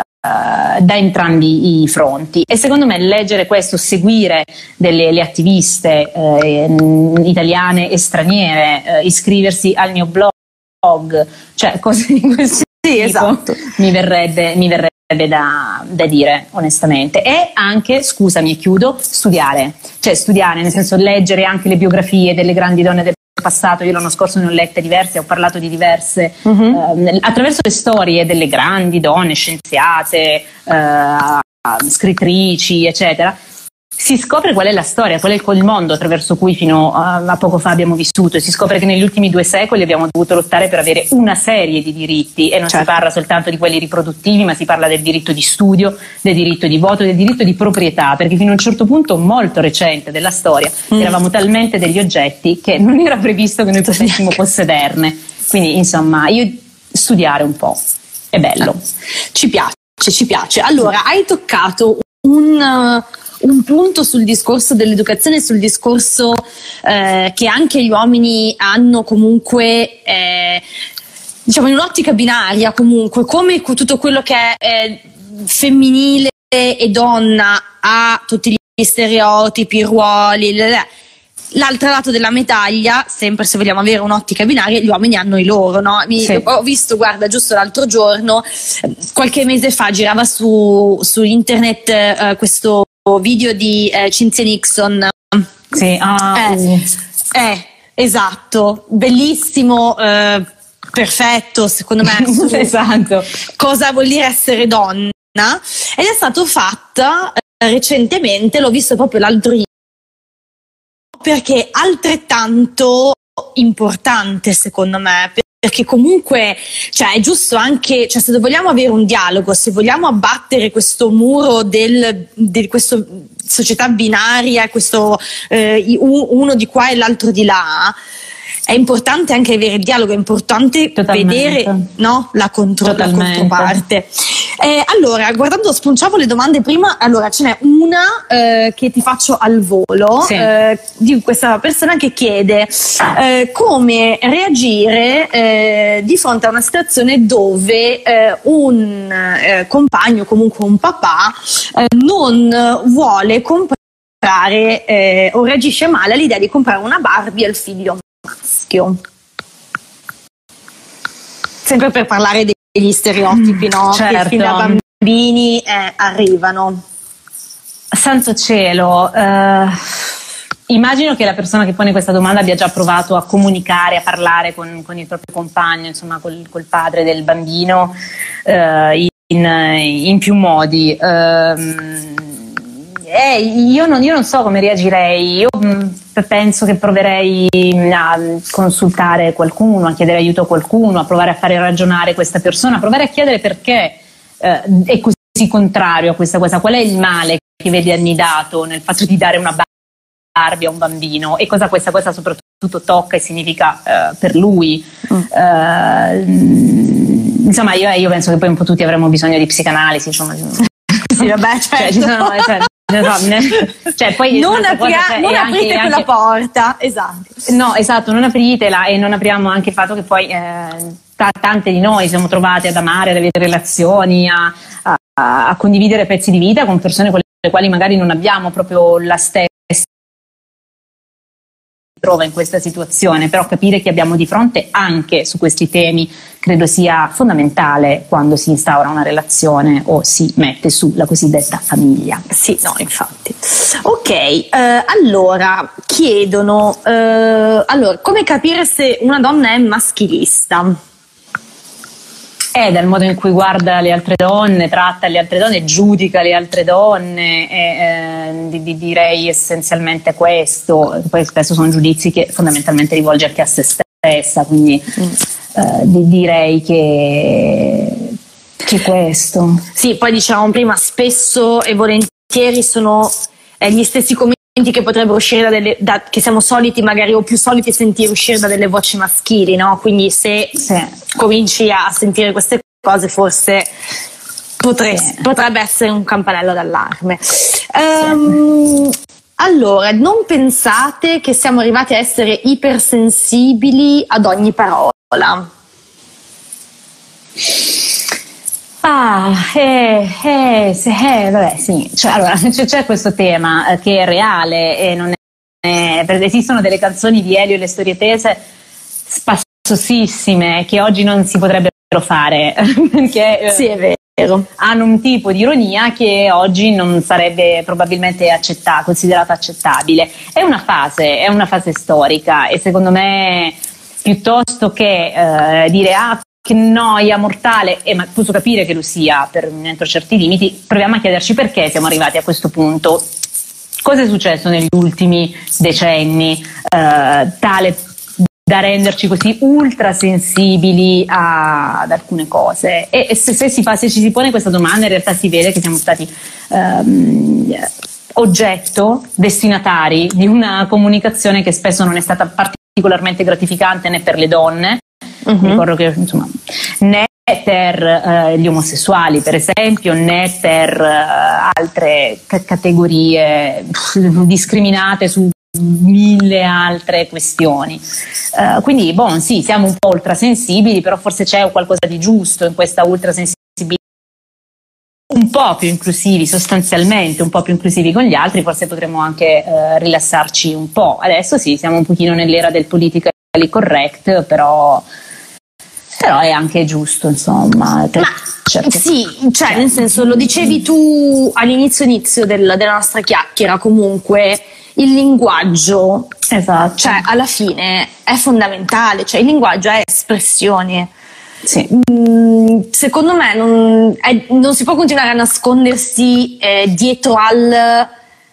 da entrambi i fronti, e secondo me leggere questo, seguire delle le attiviste eh, italiane e straniere, eh, iscriversi al mio blog, cioè cose di questo sì, tipo esatto. mi verrebbe, mi verrebbe da, da dire onestamente. E anche, scusami e chiudo, studiare, cioè studiare nel senso leggere anche le biografie delle grandi donne del passato. Io l'anno scorso ne ho lette diverse, ho parlato di diverse uh-huh. eh, attraverso le storie delle grandi donne scienziate, eh, scrittrici eccetera, si scopre qual è la storia, qual è il mondo attraverso cui fino a, a poco fa abbiamo vissuto, e si scopre che negli ultimi due secoli abbiamo dovuto lottare per avere una serie di diritti, e non certo. si parla soltanto di quelli riproduttivi, ma si parla del diritto di studio, del diritto di voto, del diritto di proprietà, perché fino a un certo punto molto recente della storia mm. eravamo talmente degli oggetti che non era previsto che noi potessimo possederne. Quindi insomma, io studiare un po' è bello. Ci piace, ci piace. Allora, hai toccato un un punto sul discorso dell'educazione, sul discorso eh, che anche gli uomini hanno comunque eh, diciamo in un'ottica binaria, comunque come tutto quello che è eh, femminile e donna ha tutti gli stereotipi, i ruoli. L'altro lato della medaglia, sempre se vogliamo avere un'ottica binaria, gli uomini hanno i loro, no? Mi, sì. Ho visto, guarda, giusto l'altro giorno, qualche mese fa girava su, su internet eh, questo video di eh, Cynthia Nixon. Sì, ah, eh, uh. eh, esatto, bellissimo, eh, perfetto, secondo me. Esatto. Cosa vuol dire essere donna? Ed è stato fatta eh, recentemente, l'ho visto proprio l'altro ieri, perché altrettanto importante secondo me, perché comunque cioè, è giusto anche, cioè, se vogliamo avere un dialogo, se vogliamo abbattere questo muro del, di questa società binaria, questo eh, uno di qua e l'altro di là, è importante anche avere il dialogo, è importante Totalmente. vedere no, la, contro- la controparte. Eh, allora, guardando, spunciavo le domande prima, allora ce n'è una eh, che ti faccio al volo, sì. eh, di questa persona che chiede eh, come reagire eh, di fronte a una situazione dove eh, un eh, compagno, comunque un papà, eh, non vuole comprare eh, o reagisce male all'idea di comprare una Barbie al figlio maschio. Sempre per parlare degli stereotipi, no? Certo. Che fin da bambini eh, arrivano. Santo cielo, eh, immagino che la persona che pone questa domanda abbia già provato a comunicare, a parlare con, con il proprio compagno, insomma col, col padre del bambino. Eh, in, in più modi. Ehm, eh, io, non, io non so come reagirei. Io mh, penso che proverei a consultare qualcuno, a chiedere aiuto a qualcuno, a provare a fare ragionare questa persona, a provare a chiedere perché eh, è così contrario a questa cosa, qual è il male che vede annidato nel fatto di dare una Barbie a un bambino e cosa questa cosa soprattutto tocca e significa uh, per lui. Mm. Uh, insomma, io, io penso che poi un po' tutti avremmo bisogno di psicanalisi. Insomma. Sì, vabbè, certo. Cioè, ci sono, cioè, cioè, poi non, apria, cosa, cioè, non aprite anche, quella anche, porta, esatto. No, esatto, non apritela e non apriamo anche il fatto che poi eh, t- tante di noi siamo trovate ad amare, ad avere relazioni, a, a, a condividere pezzi di vita con persone con le quali magari non abbiamo proprio la stessa trova in questa situazione, però capire che abbiamo di fronte anche su questi temi credo sia fondamentale quando si instaura una relazione o si mette su la cosiddetta famiglia. Sì, no, infatti. Ok, eh, allora chiedono eh, allora, come capire se una donna è maschilista? È dal modo in cui guarda le altre donne, tratta le altre donne, giudica le altre donne, e, eh, di, di, direi essenzialmente questo. Poi spesso sono giudizi che fondamentalmente rivolge anche a se stessa, quindi mm. eh, di, direi che, che questo. Sì, poi dicevamo prima, spesso e volentieri sono eh, gli stessi commenti che potrebbero uscire da delle, da, che siamo soliti magari o più soliti sentire uscire da delle voci maschili, no? Quindi se sì. cominci a sentire queste cose forse potre, sì. potrebbe essere un campanello d'allarme. Sì. Um, allora, non pensate che siamo arrivati a essere ipersensibili ad ogni parola? Ah, eh, eh, eh, vabbè, sì, cioè, allora, c'è, c'è questo tema eh, che è reale e non è, è, esistono delle canzoni di Elio e le storie tese spassosissime che oggi non si potrebbero fare perché eh, sì, è vero. hanno un tipo di ironia che oggi non sarebbe probabilmente accettata, considerata accettabile. È una fase, è una fase storica e secondo me piuttosto che eh, dire ah che noia mortale, eh, ma posso capire che lo sia per, entro certi limiti, proviamo a chiederci perché siamo arrivati a questo punto. Cosa è successo negli ultimi decenni eh, tale da renderci così ultra sensibili a, ad alcune cose? E, e se, se, si fa, se ci si pone questa domanda in realtà si vede che siamo stati ehm, oggetto, destinatari di una comunicazione che spesso non è stata particolarmente gratificante né per le donne. Uh-huh. Ricordo che insomma né per eh, gli omosessuali per esempio né per eh, altre c- categorie pff, discriminate su mille altre questioni, uh, quindi bon sì siamo un po' ultrasensibili, però forse c'è qualcosa di giusto in questa ultrasensibilità, un po' più inclusivi sostanzialmente, un po' più inclusivi con gli altri, forse potremmo anche eh, rilassarci un po'. Adesso sì siamo un pochino nell'era del politically correct, però però è anche giusto, insomma. Ma certo. Sì, cioè nel senso, lo dicevi tu all'inizio inizio del, della nostra chiacchiera, comunque il linguaggio, esatto, cioè alla fine è fondamentale, cioè il linguaggio è espressione. Sì. Mm, secondo me non, è, non si può continuare a nascondersi eh, dietro al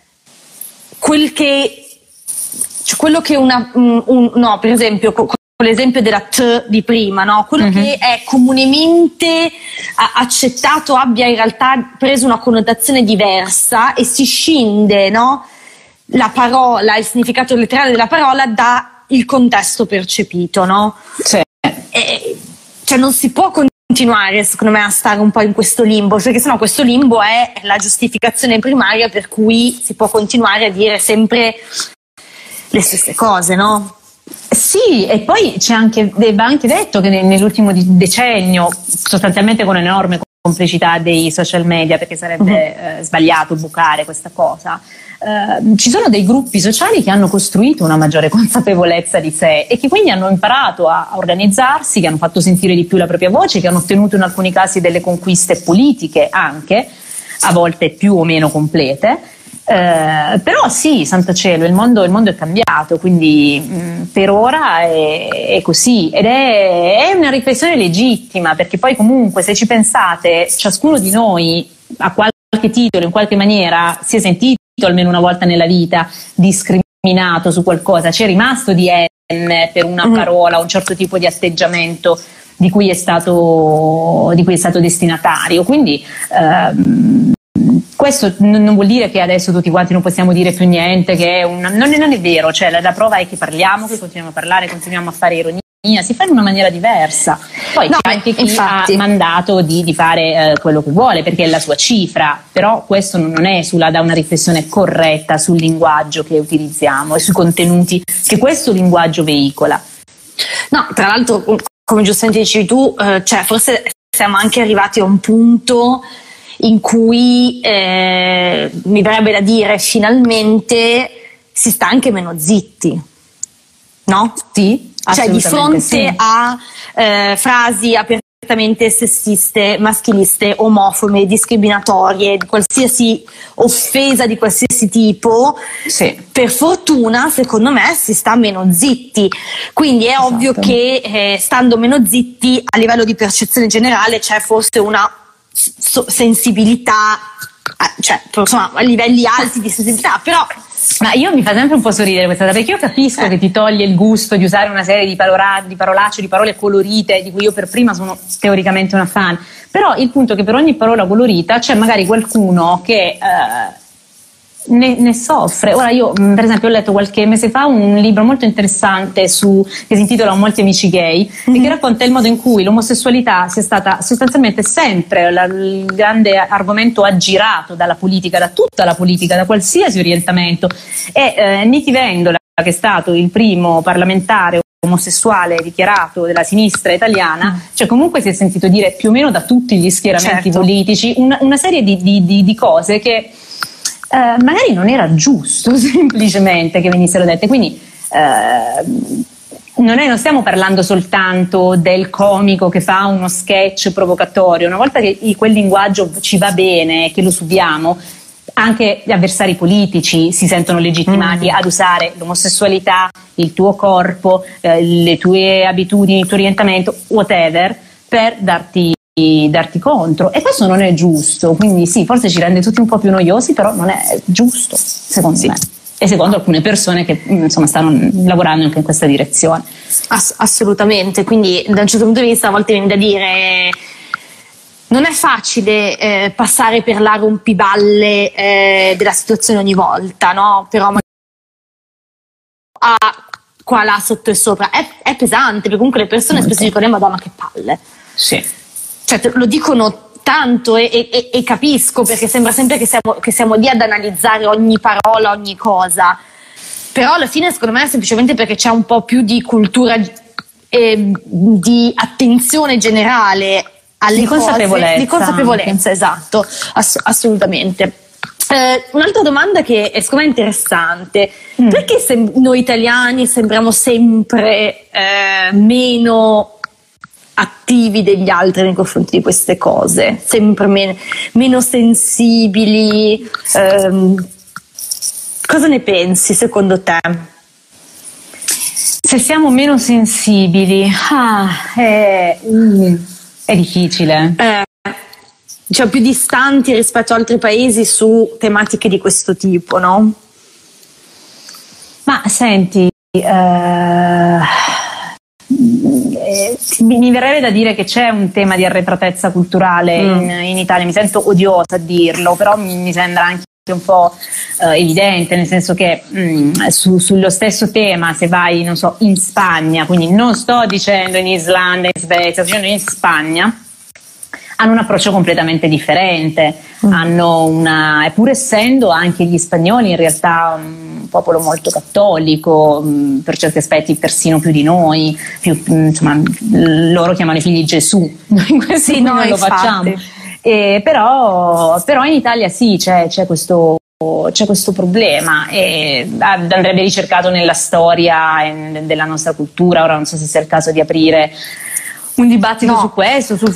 quel che cioè quello che una un, un, no, per esempio con l'esempio della T di prima, no? Quello mm-hmm. che è comunemente accettato abbia in realtà preso una connotazione diversa e si scinde, no? La parola, il significato letterale della parola da il contesto percepito, no? Sì. E, cioè non si può continuare, secondo me, a stare un po' in questo limbo, perché sennò questo limbo è la giustificazione primaria per cui si può continuare a dire sempre le stesse cose, no? Sì, e poi c'è anche, va anche detto che nell'ultimo decennio, sostanzialmente con enorme complicità dei social media, perché sarebbe uh-huh. eh, sbagliato bucare questa cosa, eh, ci sono dei gruppi sociali che hanno costruito una maggiore consapevolezza di sé e che quindi hanno imparato a, a organizzarsi, che hanno fatto sentire di più la propria voce, che hanno ottenuto in alcuni casi delle conquiste politiche anche, a volte più o meno complete. Eh, però sì, santo cielo, il mondo, il mondo è cambiato, quindi mh, per ora è, è così, ed è, è una riflessione legittima, perché poi comunque, se ci pensate, ciascuno di noi a qualche titolo, in qualche maniera, si è sentito almeno una volta nella vita discriminato su qualcosa, c'è rimasto di N per una mm. parola, un certo tipo di atteggiamento di cui è stato, di cui è stato destinatario, quindi ehm, questo non vuol dire che adesso tutti quanti non possiamo dire più niente, che è una, non, è, non è vero, cioè la, la prova è che parliamo, che continuiamo a parlare, continuiamo a fare ironia, si fa in una maniera diversa. Poi no, c'è anche chi infatti. ha mandato di, di fare eh, quello che vuole, perché è la sua cifra, però questo non è sulla, da una riflessione corretta sul linguaggio che utilizziamo e sui contenuti che questo linguaggio veicola. No, tra l'altro, come giustamente dicevi tu, eh, cioè forse siamo anche arrivati a un punto in cui eh, mi verrebbe da dire finalmente si sta anche meno zitti, no? Sì, cioè di fronte sì. a eh, frasi apertamente sessiste, maschiliste, omofobe, discriminatorie, di qualsiasi offesa di qualsiasi tipo, sì. per fortuna secondo me si sta meno zitti, quindi è esatto. ovvio che eh, stando meno zitti a livello di percezione generale c'è forse una sensibilità, cioè insomma a livelli alti di sensibilità, però ma io mi fa sempre un po' sorridere questa cosa, perché io capisco eh. che ti toglie il gusto di usare una serie di, parora, di parolacce, di parole colorite, di cui io per prima sono teoricamente una fan, però il punto è che per ogni parola colorita c'è magari qualcuno che eh, Ne, ne soffre. Ora io per esempio ho letto qualche mese fa un libro molto interessante su, che si intitola Molti amici gay mm-hmm. e che racconta il modo in cui l'omosessualità sia stata sostanzialmente sempre la, il grande argomento aggirato dalla politica, da tutta la politica, da qualsiasi orientamento, e eh, Nitti Vendola, che è stato il primo parlamentare omosessuale dichiarato della sinistra italiana, mm. cioè comunque si è sentito dire più o meno da tutti gli schieramenti certo. politici una, una serie di, di, di, di cose che Uh, magari non era giusto semplicemente che venissero dette, quindi uh, non, è, non stiamo parlando soltanto del comico che fa uno sketch provocatorio. Una volta che quel linguaggio ci va bene, che lo subiamo, anche gli avversari politici si sentono legittimati mm. ad usare l'omosessualità, il tuo corpo, eh, le tue abitudini, il tuo orientamento, whatever, per darti darti contro, e questo non è giusto, quindi sì, forse ci rende tutti un po' più noiosi, però non è giusto secondo sì. me e secondo alcune persone che insomma stanno lavorando anche in questa direzione. Ass- assolutamente, quindi da un certo punto di vista a volte viene da dire non è facile eh, passare per la rompiballe eh, della situazione ogni volta, no? Però a qua là sotto e sopra è, è pesante, perché comunque le persone okay. spesso dicono Madonna che palle, sì. cioè lo dicono tanto e, e, e capisco, perché sembra sempre che siamo, che siamo lì ad analizzare ogni parola, ogni cosa, però alla fine secondo me è semplicemente perché c'è un po' più di cultura e di attenzione generale alle di cose, consapevolezza, di consapevolezza, esatto, ass- assolutamente. Eh, un'altra domanda che è secondo me interessante, mm. perché sem- noi italiani sembriamo sempre eh, meno attivi degli altri nei confronti di queste cose, sempre men- meno sensibili, ehm, cosa ne pensi secondo te? Se siamo meno sensibili, ah, è, mm, è difficile. Eh, diciamo più distanti rispetto ad altri paesi su tematiche di questo tipo, no? Ma senti, eh, mi verrebbe da dire che c'è un tema di arretratezza culturale mm. in, in Italia, mi sento odiosa a dirlo, però mi, mi sembra anche un po' eh, evidente, nel senso che mh, su, sullo stesso tema, se vai, non so, in Spagna, quindi non sto dicendo in Islanda, in Svezia, sto dicendo in Spagna, hanno un approccio completamente differente, mm. hanno una, e pur essendo anche gli spagnoli in realtà un popolo molto cattolico, mh, per certi aspetti persino più di noi, più, mh, insomma, loro chiamano i figli Gesù, noi questo sì, non no, lo facciamo. Eh, però, però in Italia sì, c'è, c'è, questo, c'è questo problema e andrebbe ricercato nella storia e della nostra cultura. Ora non so se sia il caso di aprire un dibattito no. su questo, sul fatto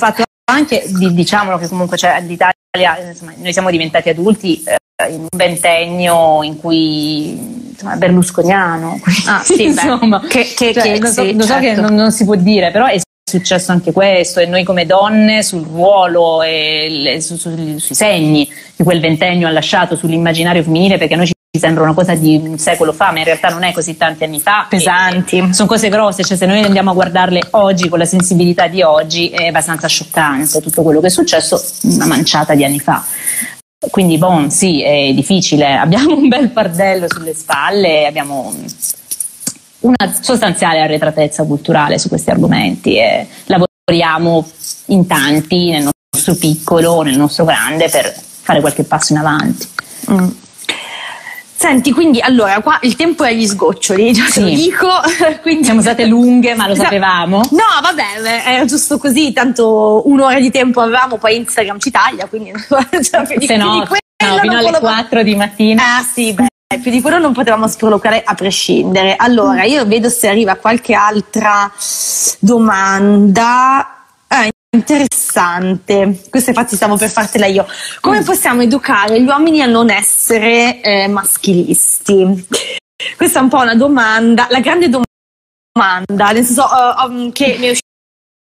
anche, diciamolo che comunque cioè, l'Italia, insomma, noi siamo diventati adulti eh, in un ventennio in cui insomma, berlusconiano, ah, sì, insomma, beh, che, che, cioè, che, lo so, sì, lo so certo. che non, non si può dire, però è successo anche questo, e noi come donne sul ruolo e le, su, su, sui segni di quel ventennio ha lasciato sull'immaginario femminile, perché noi ci sembra una cosa di un secolo fa, ma in realtà non è così tanti anni fa. Pesanti. Sono cose grosse, cioè se noi andiamo a guardarle oggi con la sensibilità di oggi è abbastanza scioccante tutto quello che è successo una manciata di anni fa. Quindi bon, sì, è difficile, abbiamo un bel fardello sulle spalle, abbiamo una sostanziale arretratezza culturale su questi argomenti e lavoriamo in tanti nel nostro piccolo, nel nostro grande, per fare qualche passo in avanti. Mm. Senti, quindi allora qua il tempo è agli sgoccioli, già te lo dico. Quindi... Siamo state lunghe, ma lo sapevamo. No, vabbè, era giusto così, tanto un'ora di tempo avevamo, poi Instagram ci taglia, quindi cioè, più di, se no, più di no, fino alle lo... quattro di mattina. Ah sì, beh, più di quello non potevamo sprolocare a prescindere. Allora, io vedo se arriva qualche altra domanda. Ah, interessante, questa infatti stavo per fartela io. Come possiamo educare gli uomini a non essere eh, maschilisti? Questa è un po' una domanda, la grande domanda, nel senso uh, um, che mi è uscita.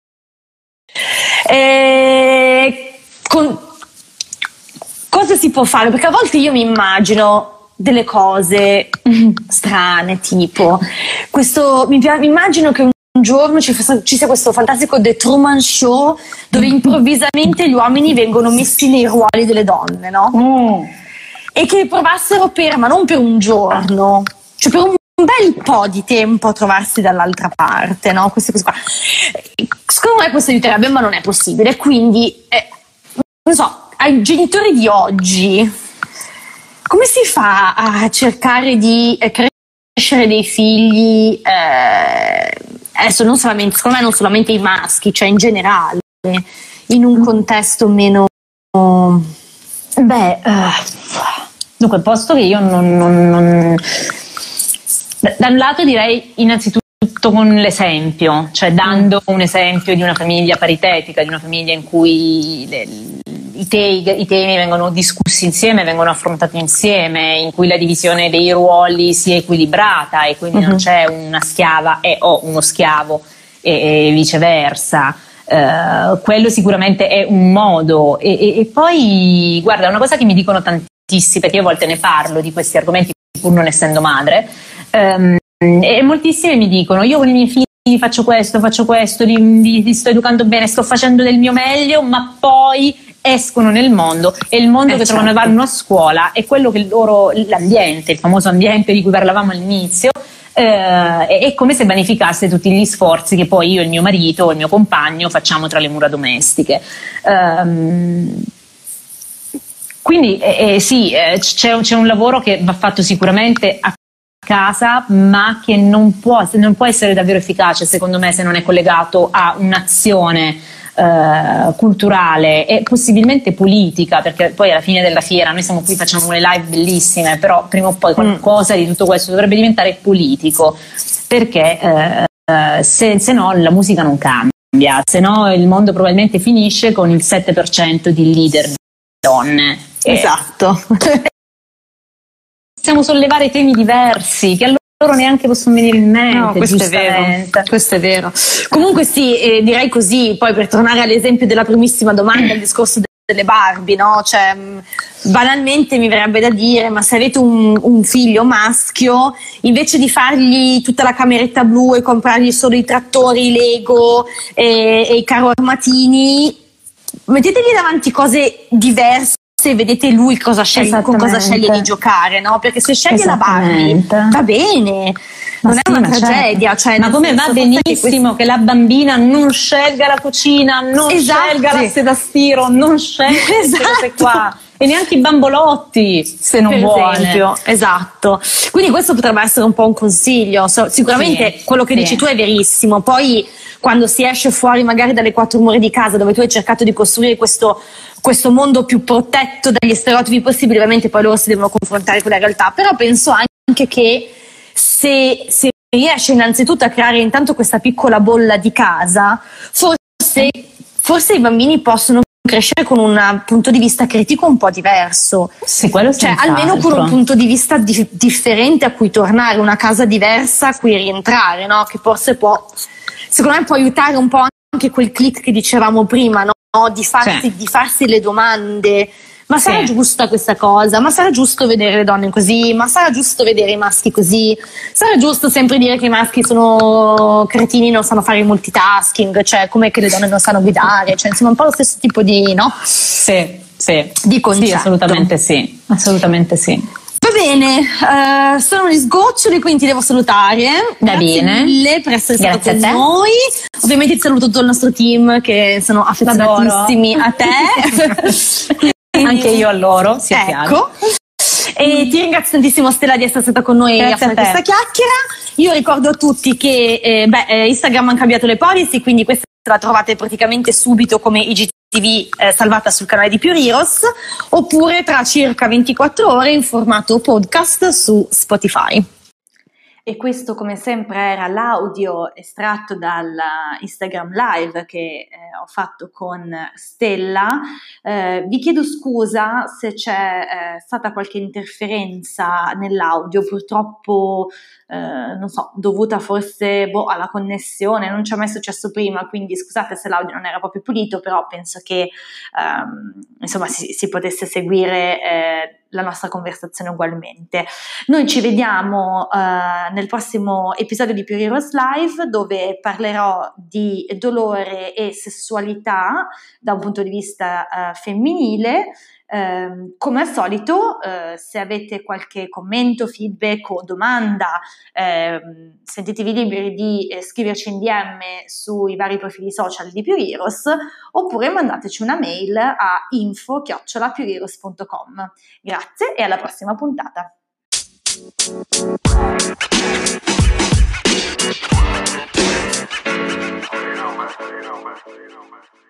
Eh, con... cosa si può fare? Perché a volte io mi immagino delle cose strane, tipo questo, mi, mi immagino che un un giorno ci, ci sia questo fantastico The Truman Show dove improvvisamente gli uomini vengono messi nei ruoli delle donne, no? Mm. E che provassero per, ma non per un giorno, cioè per un bel po' di tempo a trovarsi dall'altra parte, no? Queste cose qua. Secondo me questo aiuterebbe, ma non è possibile. Quindi, eh, non so, ai genitori di oggi, come si fa a cercare di eh, crescere dei figli... Eh, adesso non solamente, secondo me non solamente i maschi, cioè in generale, in un contesto meno... Beh, uh, dunque, posto che io non, non, non... Da un lato direi innanzitutto con l'esempio, cioè dando un esempio di una famiglia paritetica, di una famiglia in cui le, i, te, i temi vengono discussi insieme, vengono affrontati insieme, in cui la divisione dei ruoli sia equilibrata e quindi uh-huh. non c'è una schiava e o uno schiavo e, e viceversa. Uh, quello sicuramente è un modo e, e, e poi guarda, una cosa che mi dicono tantissimi, perché io a volte ne parlo di questi argomenti pur non essendo madre, um, e moltissime mi dicono: io con i miei figli faccio questo, faccio questo, li, li, li sto educando bene, sto facendo del mio meglio, ma poi escono nel mondo e il mondo eh che certo. trovano vanno a scuola è quello che loro, l'ambiente, il famoso ambiente di cui parlavamo all'inizio, eh, è come se vanificasse tutti gli sforzi che poi io e il mio marito o il mio compagno facciamo tra le mura domestiche. Um, quindi eh, eh, sì, eh, c'è, c'è un lavoro che va fatto sicuramente a casa, ma che non può, non può essere davvero efficace secondo me se non è collegato a un'azione eh, culturale e possibilmente politica, perché poi alla fine della fiera noi siamo qui, facciamo le live bellissime, però prima o poi qualcosa di tutto questo dovrebbe diventare politico, perché eh, se, se no la musica non cambia, se no il mondo probabilmente finisce con il sette per cento di leader donne. Esatto. Possiamo sollevare temi diversi che a loro neanche possono venire in mente. No, questo è vero. Questo è vero. Comunque sì, eh, direi così, poi per tornare all'esempio della primissima domanda, il discorso delle Barbie, no? Cioè, banalmente mi verrebbe da dire, ma se avete un, un figlio maschio, invece di fargli tutta la cameretta blu e comprargli solo i trattori, i Lego e, e i carro armatini, mettetegli davanti cose diverse e vedete lui cosa sceglie, con cosa sceglie di giocare, no? Perché se sceglie la Barbie va bene, non ma è una sì, tragedia, cioè, ma come va benissimo che, questo... che la bambina non scelga la cucina, non esatto. scelga la seta stiro, non scelga esatto. queste cose qua, e neanche i bambolotti se non per vuole. Esempio. Esatto, quindi questo potrebbe essere un po' un consiglio. Sicuramente sì, quello che sì. dici tu è verissimo, poi quando si esce fuori magari dalle quattro mura di casa dove tu hai cercato di costruire questo, questo mondo più protetto dagli stereotipi possibili, ovviamente poi loro si devono confrontare con la realtà, però penso anche che se, se riesce innanzitutto a creare intanto questa piccola bolla di casa, forse forse i bambini possono crescere con un punto di vista critico un po' diverso, sì, quello cioè almeno con un punto di vista di- differente a cui tornare, una casa diversa a cui rientrare, no? Che forse può, secondo me può aiutare un po' anche quel click che dicevamo prima, no? Di farsi, Sì. di farsi le domande. Ma sarà Sì. giusta questa cosa? Ma sarà giusto vedere le donne così? Ma sarà giusto vedere i maschi così? Sarà giusto sempre dire che i maschi sono cretini, non sanno fare il multitasking, cioè come che le donne non sanno guidare, cioè insomma un po' lo stesso tipo di, no? Sì, sì. Di concetto. Sì, assolutamente sì, assolutamente sì. Va bene, eh, sono gli sgoccioli, quindi ti devo salutare. Va Grazie bene. mille per essere stato Grazie con a te. noi. Ovviamente ti saluto tutto il nostro team che sono affezionatissimi a te. Anche io a loro, sia chiaro. Ecco. E ti ringrazio tantissimo Stella di essere stata con noi Grazie a fare a te. questa chiacchiera. Io ricordo a tutti che eh, beh, eh, Instagram ha cambiato le policy, quindi questa la trovate praticamente subito come I G T V eh, salvata sul canale di Pure Heroes, oppure tra circa ventiquattro ore in formato podcast su Spotify. E questo come sempre era l'audio estratto dal Instagram Live che eh, ho fatto con Stella. Eh, vi chiedo scusa se c'è eh, stata qualche interferenza nell'audio, purtroppo eh, non so, dovuta forse boh, alla connessione, non ci è mai successo prima, quindi scusate se l'audio non era proprio pulito, però penso che ehm, insomma si, si potesse seguire eh, la nostra conversazione ugualmente. Noi ci vediamo eh, nel prossimo episodio di Pure Heroes Live, dove parlerò di dolore e sessualità da un punto di vista eh, femminile. Eh, come al solito, eh, se avete qualche commento, feedback o domanda, eh, sentitevi liberi di eh, scriverci in D M sui vari profili social di Pure Heroes, oppure mandateci una mail a info chiocciola pureheroes punto com. Grazie e alla prossima puntata. You know, man. You know, man. You know, man.